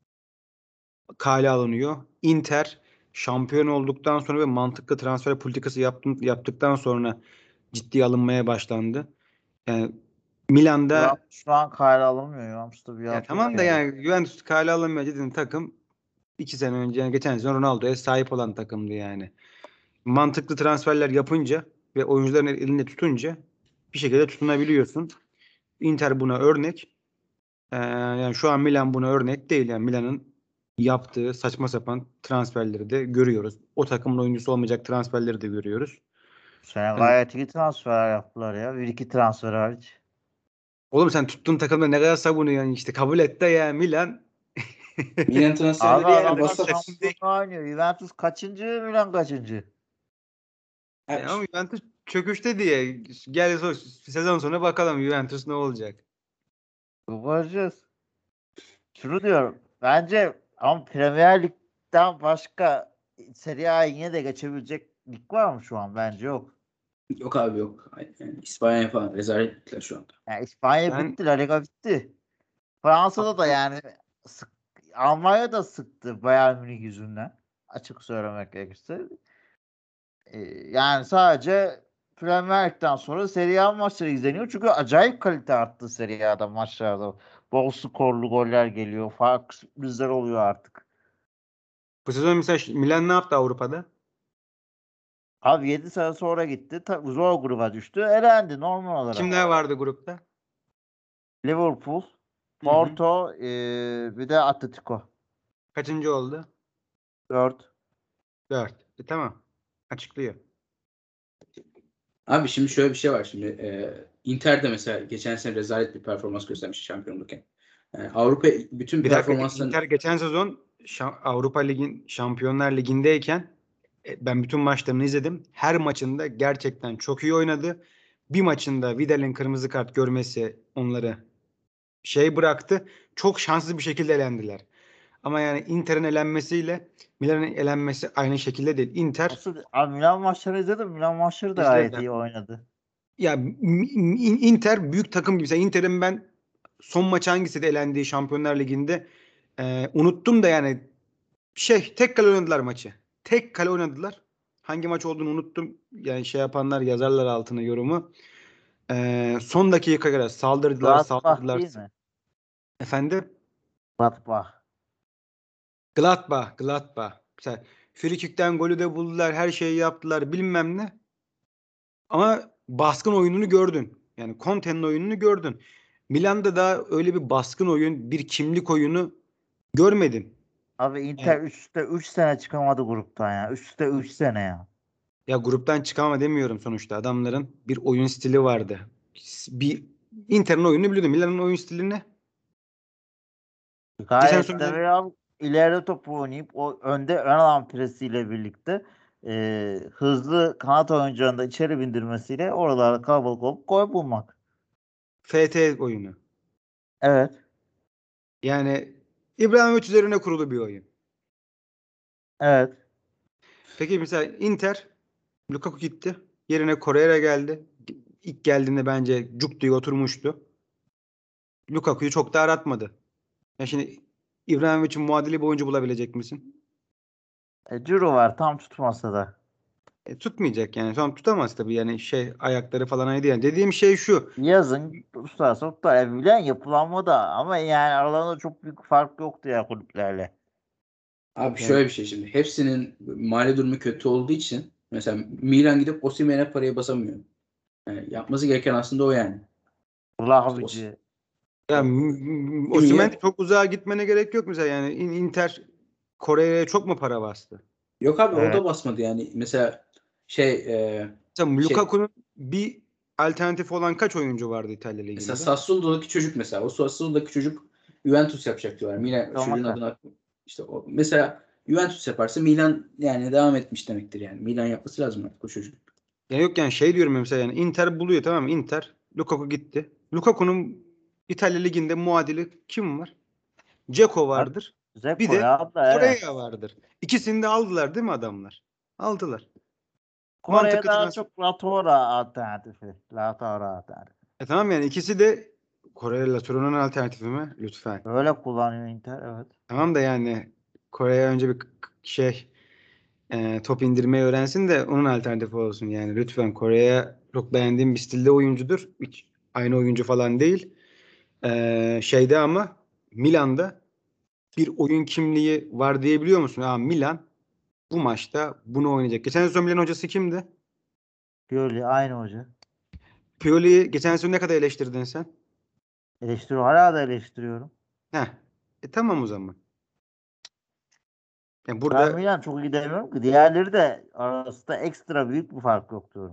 kale alınıyor. Inter şampiyon olduktan sonra ve mantıklı transfer politikası yaptım, yaptıktan sonra ciddi alınmaya başlandı. Yani Milan'da Şu an, şu an kale alamıyor. Juventus'ta bir ya alt yok tamam da yani. yani Juventus kale alınmaya dediğin takım iki sene önce yani geçen sene Ronaldo'ya sahip olan takımdı yani. Mantıklı transferler yapınca ve oyuncuların elinde tutunca bir şekilde tutunabiliyorsun. Inter buna örnek. Ee, yani şu an Milan buna örnek değil. Yani Milan'ın yaptığı saçma sapan transferleri de görüyoruz. O takımın oyuncusu olmayacak transferleri de görüyoruz. Bu sene Ee, gayet iyi transfer yaptılar ya. Bir iki transfer hariç. oğlum sen tuttuğun takımda ne kadar savunuyorsun işte kabul et de ya Milan Milan Abi transferleri yani adamlar vasat. takım değil. şampiyonluğa oynuyor. Juventus kaçıncı? Milan kaçıncı? E ama Juventus çöküşte diye gel so- sezon sonu bakalım Juventus ne olacak. Bakacağız. Şunu diyorum. Bence ama Premier Lig'den başka Serie A'ya yine de geçebilecek lig var mı şu an? Bence yok. Yok abi yok. Yani İspanya falan rezalet bittiler şu anda. Yani İspanya Ben bitti. La Liga bitti. Fransa'da da yani sık, Almanya'da sıktı Bayern Münih yüzünden. Açık söylemek gerekirse. Ee, yani sadece Premier Lig'den sonra Serie A maçları izleniyor. Çünkü acayip kalite arttı Serie A'da maçlarda. Bol skorlu goller geliyor. Farklı sürprizler oluyor artık. bu sezon mesela Milan ne yaptı Avrupa'da? Abi yedi sene sonra gitti. Ta, zor gruba düştü. Elendi normal olarak. Kimler vardı grupta? Liverpool, Hı hı. Porto, ee, bir de Atletico. Kaçıncı oldu? Dört. Dört. E, tamam. Açıklıyor. Abi şimdi şöyle bir şey var şimdi. E, Inter de mesela geçen sene rezalet bir performans göstermiş şampiyonlukken. Yani Avrupa bütün Bir dakika performansların Inter geçen sezon Şa- Avrupa Ligi'nin Şampiyonlar Ligi'ndeyken e, ben bütün maçlarını izledim. Her maçında gerçekten çok iyi oynadı. Bir maçında Vidal'in kırmızı kart görmesi onları şey bıraktı. Çok şanssız bir şekilde elendiler. Ama yani Inter'in elenmesiyle Milan'ın elenmesi aynı şekilde değil. Inter Nasıl? Abi Milan maçları izledim. Milan maçları da gayet izledim. iyi oynadı. Ya M- M- Inter büyük takım gibi. Mesela Inter'in ben son maç hangisi de elendiği Şampiyonlar Ligi'nde e, unuttum da yani şey tek kale oynadılar maçı. Tek kale oynadılar. Hangi maç olduğunu unuttum. Yani şey yapanlar yazarlar altına yorumu. E, son dakika kadar saldırdılar, Gladbach saldırdılar. değil mi? Efendim? Gladbach. Gladbach, Gladbach. Mesela frikikten golü de buldular, her şeyi yaptılar, bilmem ne. Ama baskın oyununu gördün. Yani Conte'nin oyununu gördün. Milan'da da öyle bir baskın oyun, bir kimlik oyunu görmedim. Abi Yani Inter üst üste üç sene çıkamadı gruptan ya. Üst üste üç sene ya. ya gruptan çıkama demiyorum sonuçta. Adamların bir oyun stili vardı. Bir Inter'in oyununu biliyordum. Milan'ın oyun stili ne? Geçen Gayet de sene veya ileride topu oynayıp o önde ön alan presiyle birlikte e, hızlı kanat oyuncularını da içeri bindirmesiyle oralarda kalabalık olup gol bulmak. F T oyunu. Evet. Yani İbrahimovic üzerine kurulu bir oyun. Evet. Peki mesela Inter Lukaku gitti. Yerine Correa geldi. İlk geldiğinde bence cuk diye oturmuştu. Lukaku'yu çok da aratmadı. Ya şimdi İbrahimovic'in muadili bir oyuncu bulabilecek misin? E, Ciro var tam tutmasa da. E, tutmayacak yani. Şu an tutamaz tabii yani şey ayakları falan ayrı yani. Dediğim şey şu. Yazın tutarsa tutar. E, bilen yapılanma da ama yani aralarında çok büyük fark yoktu ya kulüplerle. abi Yani şöyle bir şey şimdi. Hepsinin mali durumu kötü olduğu için mesela Milan gidip Osimhen'e parayı basamıyor. Yani yapması gereken aslında o yani. İşte Os Vlahovic. ya o, m- Osimhen Kimmy'ye çok uzağa gitmene gerek yok mesela yani İn- Inter Kore'ye çok mu para bastı? yok abi o Evet. da basmadı yani. Mesela şey e, Mesela şey Lukaku'nun bir alternatif olan kaç oyuncu vardı İtalya mesela Ligi'nde? Sassuolo'daki çocuk mesela o Sassuolo'daki çocuk Juventus yapacak diyorlar. Milan çocuğun Scamacca. adına işte o mesela Juventus yaparsa Milan yani devam etmiş demektir yani. Milan yapması lazım artık o çocuk. Ya yok yani şey diyorum mesela yani Inter buluyor tamam mı? Inter Lukaku gitti. Lukaku'nun İtalya Ligi'nde muadili kim var? Dzeko Abi, vardır. Bir Dzeko de ya da evet. Correa vardır. İkisini de aldılar değil mi adamlar? Aldılar. Kore'ye Mantıklı daha transfer. çok Latora alternatifi. Latora alternatifi. E tamam yani ikisi de Correa Latour'un alternatifi mi? Lütfen. Öyle kullanıyor Inter evet. Tamam da yani Kore'ye önce bir k- k- şey e, top indirmeyi öğrensin de onun alternatifi olsun yani. Lütfen Kore'ye çok beğendiğim bir stilde oyuncudur. Hiç Aynı oyuncu falan değil. Ee, şeyde ama Milan'da bir oyun kimliği var diyebiliyor musun? Ha, Milan bu maçta bunu oynayacak. Geçen sezon Milan hocası kimdi? Pioli aynı hoca. Pioli'yi geçen sezon ne kadar eleştirdin sen? Eleştiriyorum. Hala da eleştiriyorum. Heh. E tamam o zaman. Yani Ben burada Milan çok iyi demiyorum ki. Diğerleri de arasında ekstra büyük bir fark yok diyorum.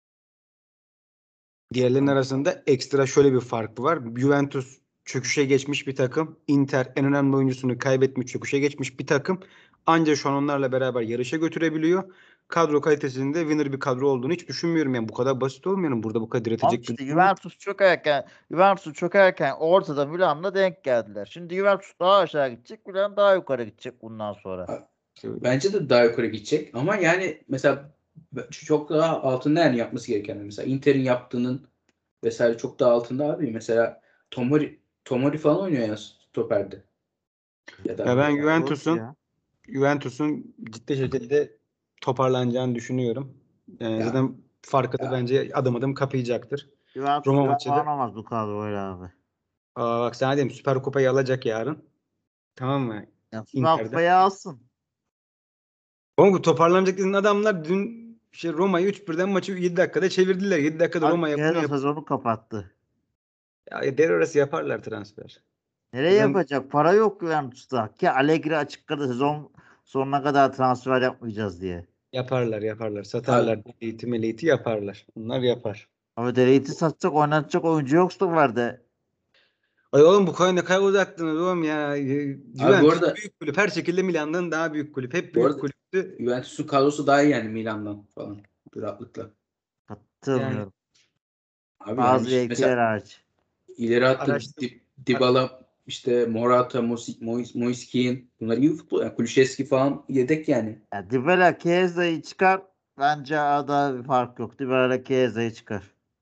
diğerlerinin arasında ekstra şöyle bir fark var. Juventus çöküşe geçmiş bir takım. Inter en önemli oyuncusunu kaybetmiş, çöküşe geçmiş bir takım. Ancak şu an onlarla beraber yarışa götürebiliyor. Kadro kalitesinde winner bir kadro olduğunu hiç düşünmüyorum. Yani bu kadar basit olmuyor. Burada bu kadar Ama diretecek bir işte durum yok. Juventus çökerken Juventus çökerken ortada Milan'la denk geldiler. Şimdi Juventus daha aşağı gidecek, Milan daha yukarı gidecek bundan sonra. Bence de daha yukarı gidecek ama yani mesela çok daha altında yani yapması gereken mesela Inter'in yaptığının vesaire çok daha altında abi. Mesela Tomori Tomori falan oynuyor ya stoperde. Ya Ya da ben Yok Juventus'un ya. Juventus'un ciddi şekilde toparlanacağını düşünüyorum. Yani ya, zaten farkı da ya bence adım adım kapayacaktır. Juventus Roma maçı da toparlanamaz bu kadroyla abi. aa, bak sana diyeyim Süper Kupayı alacak yarın. Tamam mı? Ya Süper Inter'den. Kupayı alsın. Ama bu toparlanacak dediğin adamlar dün şey Roma'yı üç birden maçı yedi dakikada çevirdiler. yedi dakikada Abi Roma'ya bunu Chiesa yap. sezonu kapattı. Ya, devre arası yaparlar transfer. Nereye Zaten yapacak? Para yok Juventus'ta. Ki Allegri açıkladı sezon sonuna kadar transfer yapmayacağız diye. yaparlar yaparlar. abi, Satarlar. Eğitim eğiti yaparlar. Bunlar yapar. Ama Deleit'i satacak, oynatacak oyuncu yoksa vardı. Ay oğlum bu kadar ne kadar uzattınız oğlum ya. abi bu Juventus arada büyük kulüp. Her şekilde Milan'dan daha büyük kulüp. Hep bu büyük arada kulüptü. Juventus'un kadrosu daha iyi yani Milan'dan falan. Rahatlıkla. Yani Katılmıyorum. Abi yani Bazı işte mevkiler mesela hariç. ileri hattı araştır. Di- Dybala, işte Morata, Mois- Mois- Moiskin bunlar iyi futbol. Yani Kulusevski falan yedek yani. Ya Dybala Chiesa'yı çıkar. Bence arada bir fark yok. Dybala Chiesa'yı çıkar.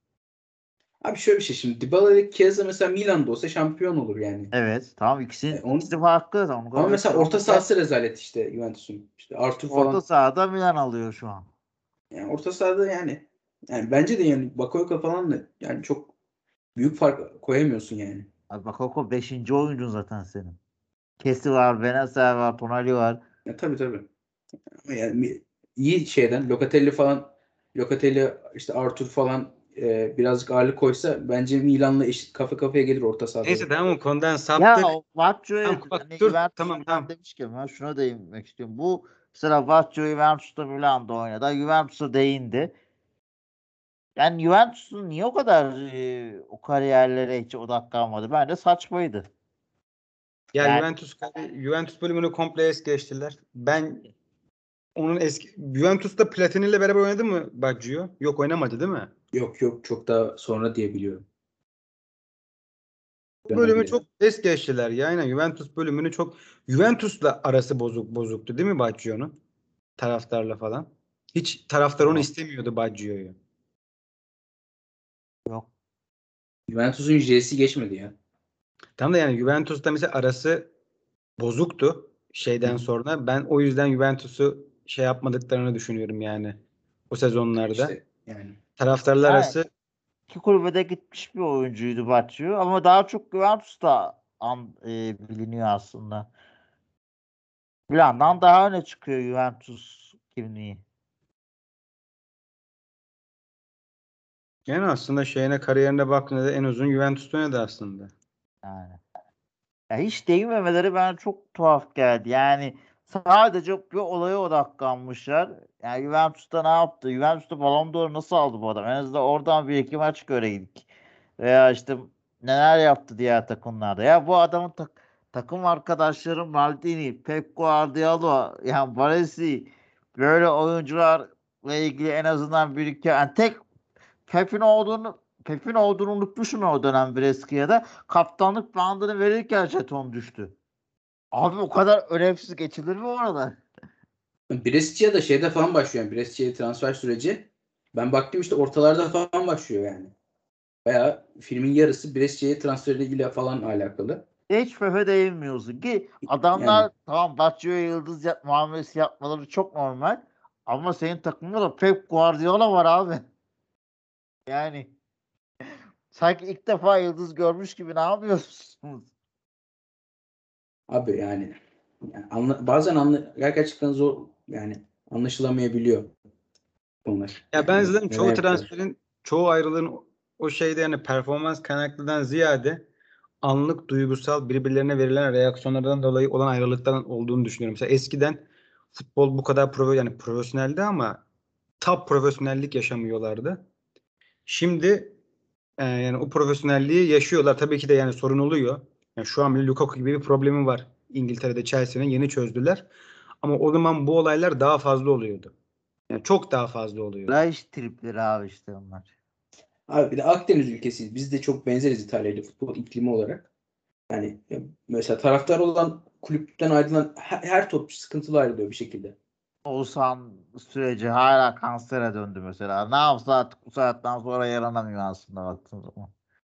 Abi şöyle bir şey şimdi Dybala ile Chiesa mesela Milan'da olsa şampiyon olur yani. Evet. Tamam E, ikisinin ikisi on, farklı. Onu ama kabul mesela ediyorum. orta Ama gel sahası rezalet işte Juventus'un. İşte Arthur orta falan. sahada Milan alıyor şu an. Yani orta sahada yani yani bence de yani Bakayoko falan da yani çok büyük fark koyamıyorsun yani. Abi bak o beşinci oyuncun zaten senin. Kesi var, Benacer var, Tonali var. Ya tabii tabii. Ama yani mi- iyi şeyden Locatelli falan Locatelli işte Arthur falan e, birazcık ağırlık koysa bence Milan'la eşit kafa kafaya gelir orta sahada Neyse da. tamam konudan Ya saptık. o Batshuayi Tamam bak hani dur. Juventus Tamam Milan tamam. demişken ben şuna değinmek istiyorum. Bu mesela Batshuayi Juventus'ta Milan'da oynadı. Juventus'a değindi. Yani Juventus'un niye o kadar e, o kariyerlere hiç odaklanmadı? Bence saçmaydı. Ya Yani Juventus Juventus bölümünü komple es geçtiler. Ben onun eski Juventus'ta Platini ile beraber oynadı mı Baggio? Yok oynamadı değil mi? Yok yok çok daha sonra diye biliyorum. Bu bölümü Dönemleri. çok es geçtiler ya. Aynen Juventus bölümünü çok Juventus'la arası bozuk bozuktu değil mi Baggio'nun? Taraftarla falan. Hiç taraftar onu yok istemiyordu Baggio'yu. yok. Juventus'un J'si geçmedi ya. Tam da yani Juventus'ta mesela arası bozuktu Hı şeyden hı. sonra. Ben o yüzden Juventus'u şey yapmadıklarını düşünüyorum yani o sezonlarda. İşte yani. Taraftarlar Yani arası iki kulübe de gitmiş bir oyuncuydu Batshuayi ama daha çok Juventus'ta an, e, biliniyor aslında. Milan'dan daha öne çıkıyor Juventus kimliği. yani aslında şeyine kariyerine baktığında da en uzun Juventus'ta oynadı aslında. Yani. Ya hiç değinmemeleri bana çok tuhaf geldi. Yani sadece bir olaya odaklanmışlar. Yani Juventus'ta ne yaptı? Juventus'ta Ballon d'Or nasıl aldı bu adam? En azından oradan bir iki maç göreydik. Veya işte neler yaptı diğer takımlarda. Ya bu adamın tak- takım arkadaşları Maldini, Pep Guardiola, yani Baresi böyle oyuncularla ilgili en azından bir iki yani tek Pep'in olduğunu Pep'in olduğunu unutmuşum o dönem Brescia'da. Kaptanlık bandını verirken jeton düştü. Abi o kadar önemsiz geçilir mi orada? Brescia da şeyde falan başlıyor. Yani Brescia'ya transfer süreci. Ben baktım işte ortalarda falan başlıyor yani. Veya filmin yarısı Brescia'ya transferle ilgili falan alakalı. Hiç Pep'e değinmiyorsun ki Yani adamlar tamam Batshuayi yıldız yap muamelesi yapmaları çok normal. Ama senin takımda da Pep Guardiola var abi. Yani Sanki ilk defa yıldız görmüş gibi ne yapıyorsunuz? Abi yani, yani anla, bazen anla, gerçekten zor yani anlaşılamayabiliyor bunlar. Ya ben zaten Neden çoğu yapıyorlar? transferin, çoğu ayrılığın o şeyde yani performans kaynaklıdan ziyade anlık duygusal birbirlerine verilen reaksiyonlardan dolayı olan ayrılıktan olduğunu düşünüyorum. Mesela eskiden futbol bu kadar profe yani profesyoneldi ama top profesyonellik yaşamıyorlardı. Şimdi e, yani o profesyonelliği yaşıyorlar. Tabii ki de yani sorun oluyor. Yani şu an bile Lukaku gibi bir problemi var. İngiltere'de Chelsea'nin yeni çözdüler. Ama o zaman bu olaylar daha fazla oluyordu. Yani çok daha fazla oluyordu. Flash tripleri abi işte onlar. Abi bir de Akdeniz ülkesiyiz. Biz de çok benzeriz İtalya ile futbol iklimi olarak. Yani ya mesela taraftar olan kulüpten ayrılan her, her topçu sıkıntılı ayrılıyor bir şekilde. Oğuzhan süreci hala kansere döndü mesela. Ne yapsa artık bu saatten sonra yaranamıyor aslında baktığın zaman.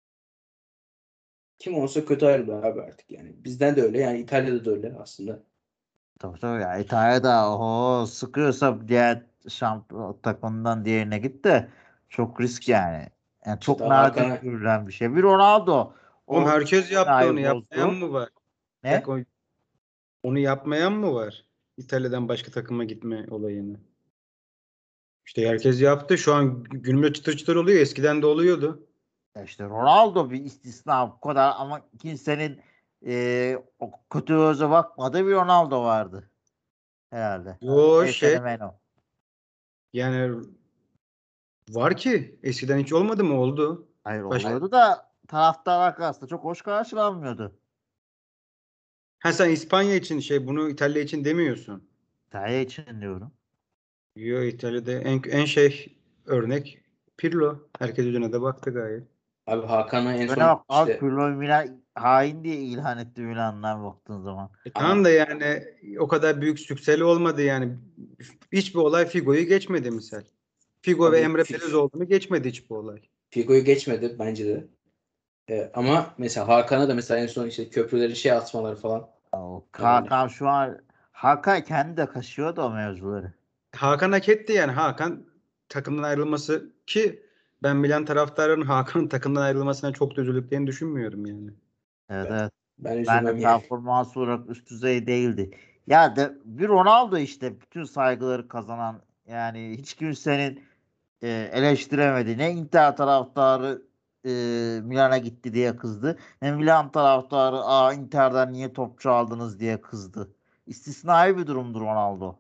Kim olsa kötü ayrılıyor abi artık yani. Bizden de öyle yani İtalya'da da öyle aslında. Tabii tabii ya. İtalya'da o sıkıyorsa diğer şampiyon takımından diğerine git de çok risk yani. Yani İşte çok daha nadir Hakan'a görülen bir şey. Bir Ronaldo Oğlum o herkes yaptı istisnayı onu. Yapmayan bozdu. mı var? Bir Ne? dakika, o- onu yapmayan mı var? İtalya'dan başka takıma gitme olayını. İşte herkes yaptı. Şu an günümde çıtır çıtır oluyor. Eskiden de oluyordu. Ya işte Ronaldo bir istisna bu kadar ama kimsenin e, o kötü göze bakmadığı bir Ronaldo vardı herhalde. Yo E şey fenomeno. yani var ki eskiden hiç olmadı mı? Oldu. Hayır Başka... oluyordu da taraftar arasında çok hoş karşılanmıyordu. Ha sen İspanya için şey bunu İtalya için demiyorsun. İtalya için diyorum. Yo İtalya'da en, en şey örnek Pirlo. Herkes yüzüne de baktı gayet. abi Hakan'a en Öne son bak abi işte Pirlo Milan hain diye ilan etti Milan'dan baktığın zaman. E tamam ama da yani o kadar büyük sükseli olmadı yani. Hiçbir olay Figo'yu geçmedi misal. Figo ve abi Emre Fi- Belözoğlu'nu geçmedi hiçbir olay. Figo'yu geçmedi bence de. Ee, ama mesela Hakan'a da mesela en son işte köprüleri şey atmaları falan. O Yani Hakan şu an Hakan kendi de kaşıyordu o mevzuları. Hakan hak etti yani. Hakan takımdan ayrılması ki ben Milan taraftarının Hakan'ın takımdan ayrılmasına çok da üzüldüklerini düşünmüyorum yani. Evet ben, evet. ben Ben de üzülmem yani. performans olarak üst düzey değildi. Ya de bir Ronaldo işte bütün saygıları kazanan yani hiç kimsenin e, eleştiremedi. Ne Inter taraftarı e, Milan'a gitti diye kızdı. Ne Milan taraftarı aa Inter'den niye topçu aldınız diye kızdı. İstisnai bir durumdur Ronaldo.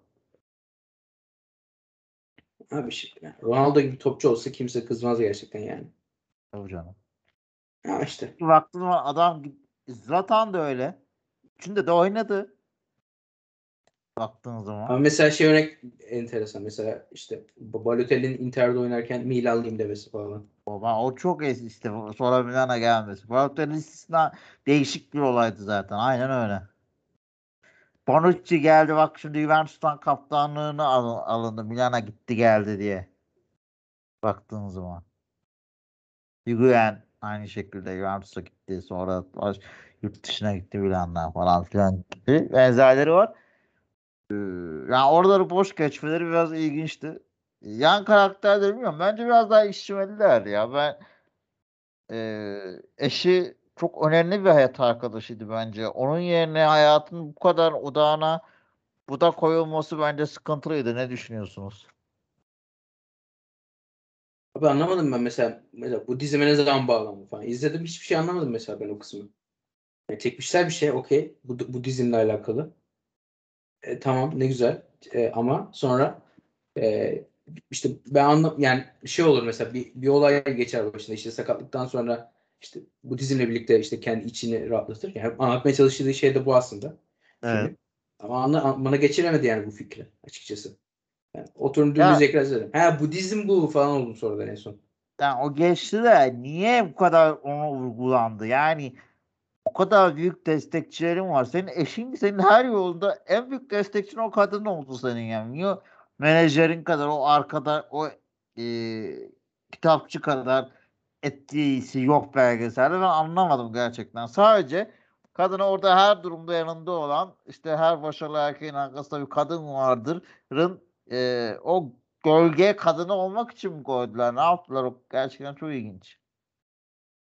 Abi şey, yani Ronaldo gibi topçu olsa kimse kızmaz gerçekten yani. Tabii canım. Ya işte. Baktığın zaman adam Zlatan da öyle. Üçünde de oynadı baktığın Ama zaman. mesela şey örnek enteresan. Mesela işte Balotelli'nin Inter'de oynarken Milanlıyım demesi falan. O, ben- o çok eski işte sonra Milan'a gelmesi. Balotelli istisna değişik bir olaydı zaten. Aynen öyle. Bonucci geldi bak şimdi Juventus'tan kaptanlığını al- alındı. Milan'a gitti geldi diye baktığın zaman. Higuain aynı şekilde Juventus'a gitti. Sonra baş- yurt dışına gitti Milan'dan falan filan gibi benzerleri var. Ee, Yani oraları boş geçmeleri biraz ilginçti. Yan karakterleri bilmiyorum. Bence biraz daha işçimeliler ya. Ben e, eşi çok önemli bir hayat arkadaşıydı bence. Onun yerine hayatın bu kadar odağına bu da koyulması bence sıkıntılıydı. Ne düşünüyorsunuz? Abi anlamadım ben mesela, mesela bu dizime ne zaman bağlandı falan. İzledim, hiçbir şey anlamadım mesela ben o kısmı. Yani çekmişler bir şey, okey. Bu, bu dizimle alakalı. E, tamam, ne güzel. E, ama sonra e, işte ben anlam yani şey olur mesela, bir, bir olay geçer başında, işte sakatlıktan sonra işte bu dizimle birlikte işte kendi içini rahatlatır. Yani anlatmaya çalıştığı şey de bu aslında Evet. film. Ama anla, bana geçiremedi yani bu fikri açıkçası. Yani oturum dümdüz Ya ekran izledim. Ha, Budizm bu falan oldum sonradan en son. yani o geçti de niye bu kadar ona vurgulandı? Yani o kadar büyük destekçilerin var. Senin eşin senin her yolda en büyük destekçin o kadın oldu senin yani. Niye menajerin kadar o arkada o e, kitapçı kadar etkisi yok belgeselde ben anlamadım gerçekten. Sadece kadını orada her durumda yanında olan işte her başarılı erkeğin arkasında bir kadın vardır'ın e, o gölge kadını olmak için mi koydular? Ne yaptılar? O gerçekten çok ilginç.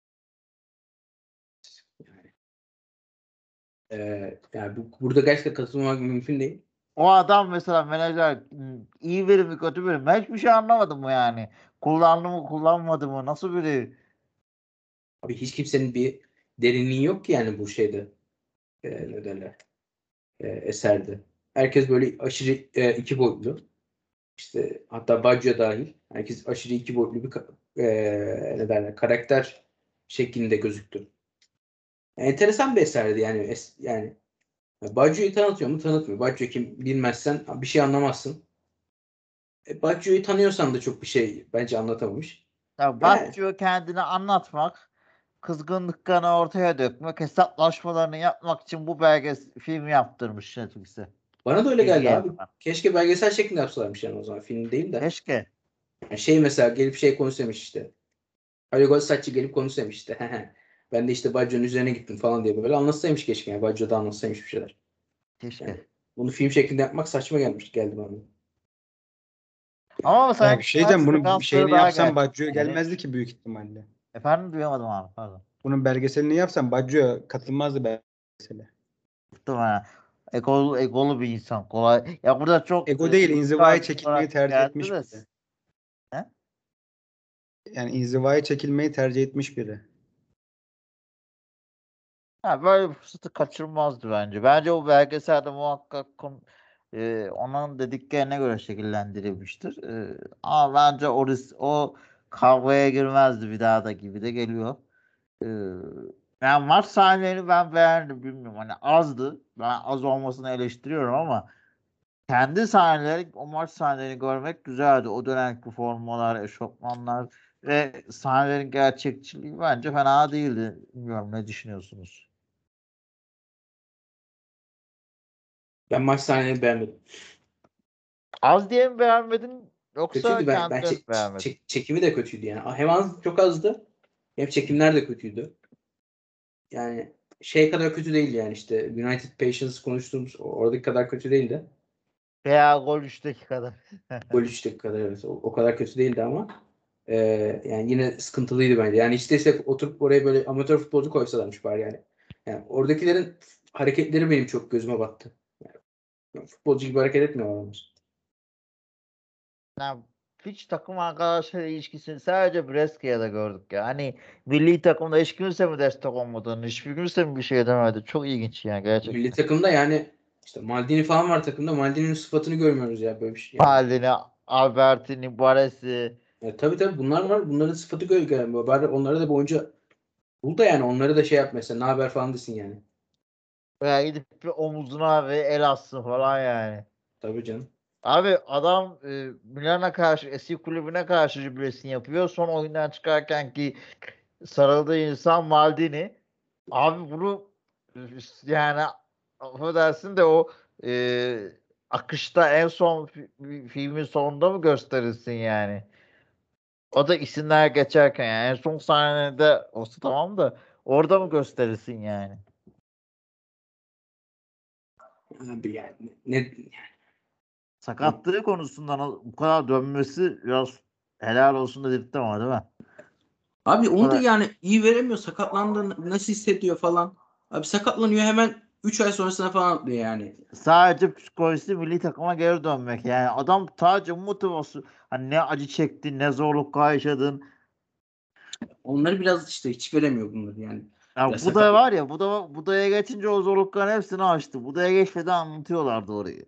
Ee, yani bu, burada gerçekten katılmamak mümkün değil. O adam mesela menajer iyi biri mi kötü biri mi? Ben hiçbir şey anlamadım mı yani? Kullandı mı kullanmadı mı? Nasıl biri? Abi hiç kimsenin bir derinliği yok ki yani bu şeyde. Ee, ne derler? Ee, eserde. Herkes böyle aşırı e, iki boyutlu. İşte hatta Baggio dahil. Herkes aşırı iki boyutlu bir ka- e, ne derler? Karakter şeklinde gözüktü. Enteresan bir eserdi yani. Es, yani Baggio'yu tanıtıyor mu? Tanıtmıyor. Baggio kim bilmezsen bir şey anlamazsın. E, Baggio'yu tanıyorsan da çok bir şey bence anlatamamış. Ya Yani Batçıyor kendini anlatmak, kızgınlıklarını ortaya dökmek, hesaplaşmalarını yapmak için bu belge film yaptırmış Netflix'e. bana da öyle Bilgi geldi abi. yayınlar. Keşke belgesel şeklinde yapsalarmış yani o zaman. Film değil de. Keşke. Yani şey mesela gelip şey konusu demiş işte. Ali Gossaççı gelip konusu demiş işte. Ben de işte Baggio'nun üzerine gittim falan diye böyle anlatsaymış keşke. Yani Baggio'da anlatsaymış bir şeyler. Yani Keşke. bunu film şeklinde yapmak saçma gelmiş geldi bana. Ama Ya bir sanki şey maç diyeceğim, bunun bir sekansları şeyini daha yapsam gerçek. Baggio Yani. gelmezdi ki büyük ihtimalle. Efendim duyamadım abi pardon. Bunun belgeselini yapsam Baggio katılmazdı belgesele. Muhtemelen. Egolu, egolu bir insan. Kolay. Ya burada çok Ego e, değil, inzivaya duygusal çekilmeyi olarak tercih geldi etmiş de. biri. He? Yani inzivaya çekilmeyi tercih etmiş biri. Ha, böyle bir fırsatı kaçırmazdı bence. Bence o belgeselde muhakkak kon, e, onun dediklerine göre şekillendirilmiştir. E, ama bence o, ris- o kavgaya girmezdi bir daha da gibi de geliyor. E, yani maç sahnelerini ben beğendim bilmiyorum. Hani azdı. Ben az olmasını eleştiriyorum ama kendi sahneleri, o maç sahnelerini görmek güzeldi. O dönemki formalar, eşofmanlar ve sahnelerin gerçekçiliği bence fena değildi. Bilmiyorum ne düşünüyorsunuz? Ben maç sahnelerini beğenmedim. Az diye mi beğenmedin yoksa Kötüydü ben. Ben kendileri mi çek- beğenmedin? çek- çekimi de kötüydü yani. Hem az çok azdı hem çekimler de kötüydü. Yani şey kadar kötü değildi yani işte United Patience konuştuğumuz oradaki kadar kötü değildi. Veya gol üçteki kadar. Gol üçteki kadar evet. O, o kadar kötü değildi ama e, yani yine sıkıntılıydı bence. Yani hiç değilse oturup oraya böyle amatör futbolcu koysalarmış bari yani. Yani oradakilerin hareketleri benim çok gözüme battı. Yani futbolcu gibi hareket etmiyor adamlar. Yani hiç takım arkadaşları ilişkisini sadece Brescia'da gördük ya. Hani milli takımda hiç kimse mi destek olmadığını, hiçbir kimse mi bir şey demedi. Çok ilginç yani Milli gerçekten. takımda yani işte Maldini falan var takımda. Maldini'nin sıfatını görmüyoruz ya böyle bir şey. Yani, Maldini, Albertini, Baresi. ya tabii tabii bunlar var. Bunların sıfatı görmüyor. Bari onlara da bir oyuncu bul da yani onları da şey yap mesela ne haber falan desin yani. Veya gidip bir omuzuna ve el atsın falan yani. Tabii canım. Abi adam e, Milan'a karşı eski kulübüne karşı jübilesini yapıyor. Son oyundan çıkarken ki sarıldığı insan Maldini. Abi bunu e, yani affedersin de o e, akışta en son fi- filmin sonunda mı gösterirsin yani? O da isimler geçerken yani en son sahnede olsa tamam da orada mı gösterirsin yani? Abi yani ne, ne Sakatlığı konusundan o- bu kadar dönmesi biraz helal olsun dedirtti ama değil mi? Abi Bu onu da kadar yani iyi veremiyor. Sakatlandı nasıl hissediyor falan. Abi sakatlanıyor hemen üç ay sonrasına falan atlıyor yani. sadece psikolojisi milli takıma geri dönmek yani adam sadece motivasyon hani ne acı çektin ne zorluklar yaşadın. Onları biraz işte hiç veremiyor bunları yani. Ya Biraz bu da sakat. var ya bu da Buda'ya geçince o zorlukların hepsini açtı. Buda'ya geçmeden anlatıyorlardı orayı.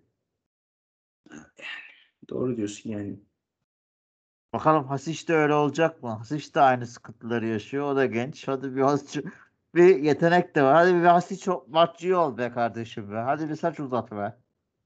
Doğru diyorsun yani. Bakalım Hasic de öyle olacak mı? Hasic de aynı sıkıntıları yaşıyor. O da genç. Hadi bir Hasic bir yetenek de var. Hadi bir Hasic maççı ol be kardeşim be. Hadi bir saç uzat be.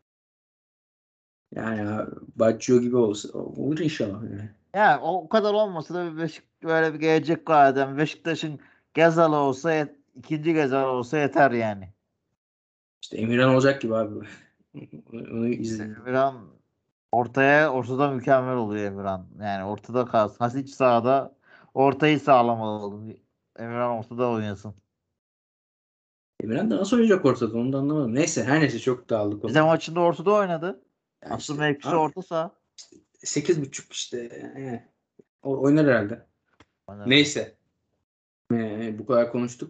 Yani Baggio gibi olsa olur inşallah yani. Yani o, o kadar olmasa da bir Beşik böyle bir gelecek var adam. Beşiktaş'ın Gezal olsa yet- ikinci Gezal olsa yeter yani. İşte Emirhan olacak gibi abi. Onu izledim. Emirhan ortaya ortada mükemmel oluyor Emirhan. Yani ortada kalsın. Hasic sahada ortayı sağlamalı. Emirhan ortada oynasın. Emirhan da nasıl oynayacak ortada onu da anlamadım. Neyse her neyse çok dağıldı Bize konu. maçında ortada oynadı. Yani Asıl işte mevkisi orta saha. sekiz buçuk işte. Yani, o- oynar herhalde. Oynar oynar. Neyse. Ee, bu kadar konuştuk.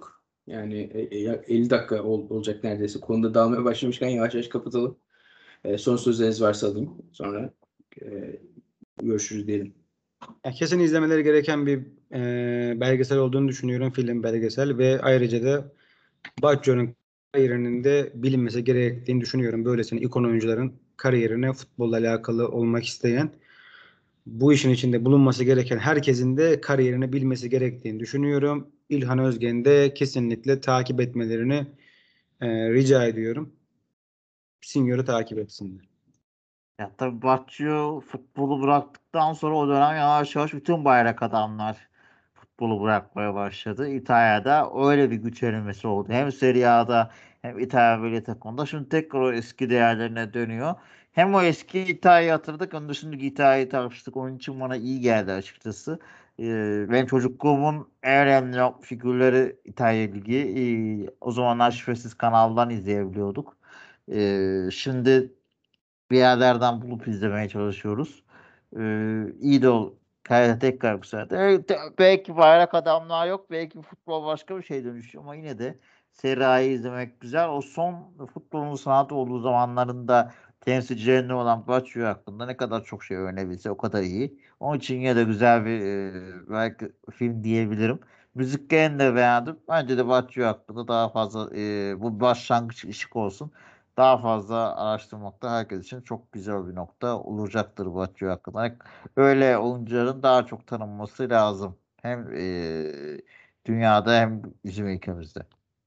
Yani e, e, elli dakika ol- olacak neredeyse. Konuda dağılmaya başlamışken yavaş yavaş kapatalım. E, son sözleriniz varsa alayım. Sonra e, görüşürüz diyelim. Ya kesin izlemeleri gereken bir e, belgesel olduğunu düşünüyorum. Film, belgesel ve ayrıca da Baggio'nun kariyerinin de bilinmesi gerektiğini düşünüyorum. Böylesine ikon oyuncuların kariyerine futbolla alakalı olmak isteyen, bu işin içinde bulunması gereken herkesin de kariyerini bilmesi gerektiğini düşünüyorum. İlhan Özgen'i de kesinlikle takip etmelerini e, rica ediyorum. Senior'ı takip etsinler. Ya tabii Batçı futbolu bıraktıktan sonra o dönem yavaş yavaş bütün bayrak adamlar futbolu bırakmaya başladı. İtalya'da öyle bir güç erimesi oldu. Hem Serie A'da hem İtalya milli takımında. Şimdi tekrar o eski değerlerine dönüyor. Hem o eski İtalya'yı hatırladık. Onun dışındaki İtalya'yı tartıştık. Onun için bana iyi geldi açıkçası. Ee, benim çocukluğumun en önemli figürleri İtalya Ligi. Ee, o zamanlar şifresiz kanaldan izleyebiliyorduk. Ee, şimdi bir yerlerden bulup izlemeye çalışıyoruz. Ee, iyi de ol. Kalite tekrar yükseldi. Evet, de- belki bayrak adamlar yok. Belki futbol başka bir şey dönüşüyor ama yine de Serie A'yı izlemek güzel. O son futbolun sanat olduğu zamanlarında temsilcilerinde olan Batshuayi hakkında ne kadar çok şey öğrenebilse o kadar iyi. Onun için yine de güzel bir e, belki film diyebilirim. Müziklerini de beğendim. Bence de Batshuayi hakkında daha fazla e, bu başlangıç ışık olsun. Daha fazla araştırmakta herkes için çok güzel bir nokta olacaktır Batshuayi hakkında. Öyle oyuncuların daha çok tanınması lazım. Hem eee, dünyada hem bizim ülkemizde.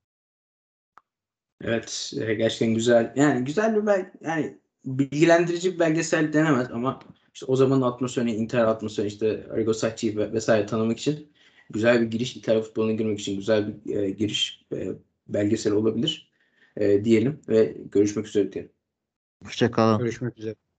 Evet, e, gerçekten güzel. Yani güzel bir bel yani bilgilendirici bir belgesel denemez ama işte o zamanın atmosferini, Inter atmosferini, işte Arrigo Sacchi'yi ve vesaire tanımak için güzel bir giriş, İtalya futboluna girmek için güzel bir e, giriş e, belgesel olabilir e, diyelim ve görüşmek üzere diyelim. Hoşça kalın. Görüşmek üzere.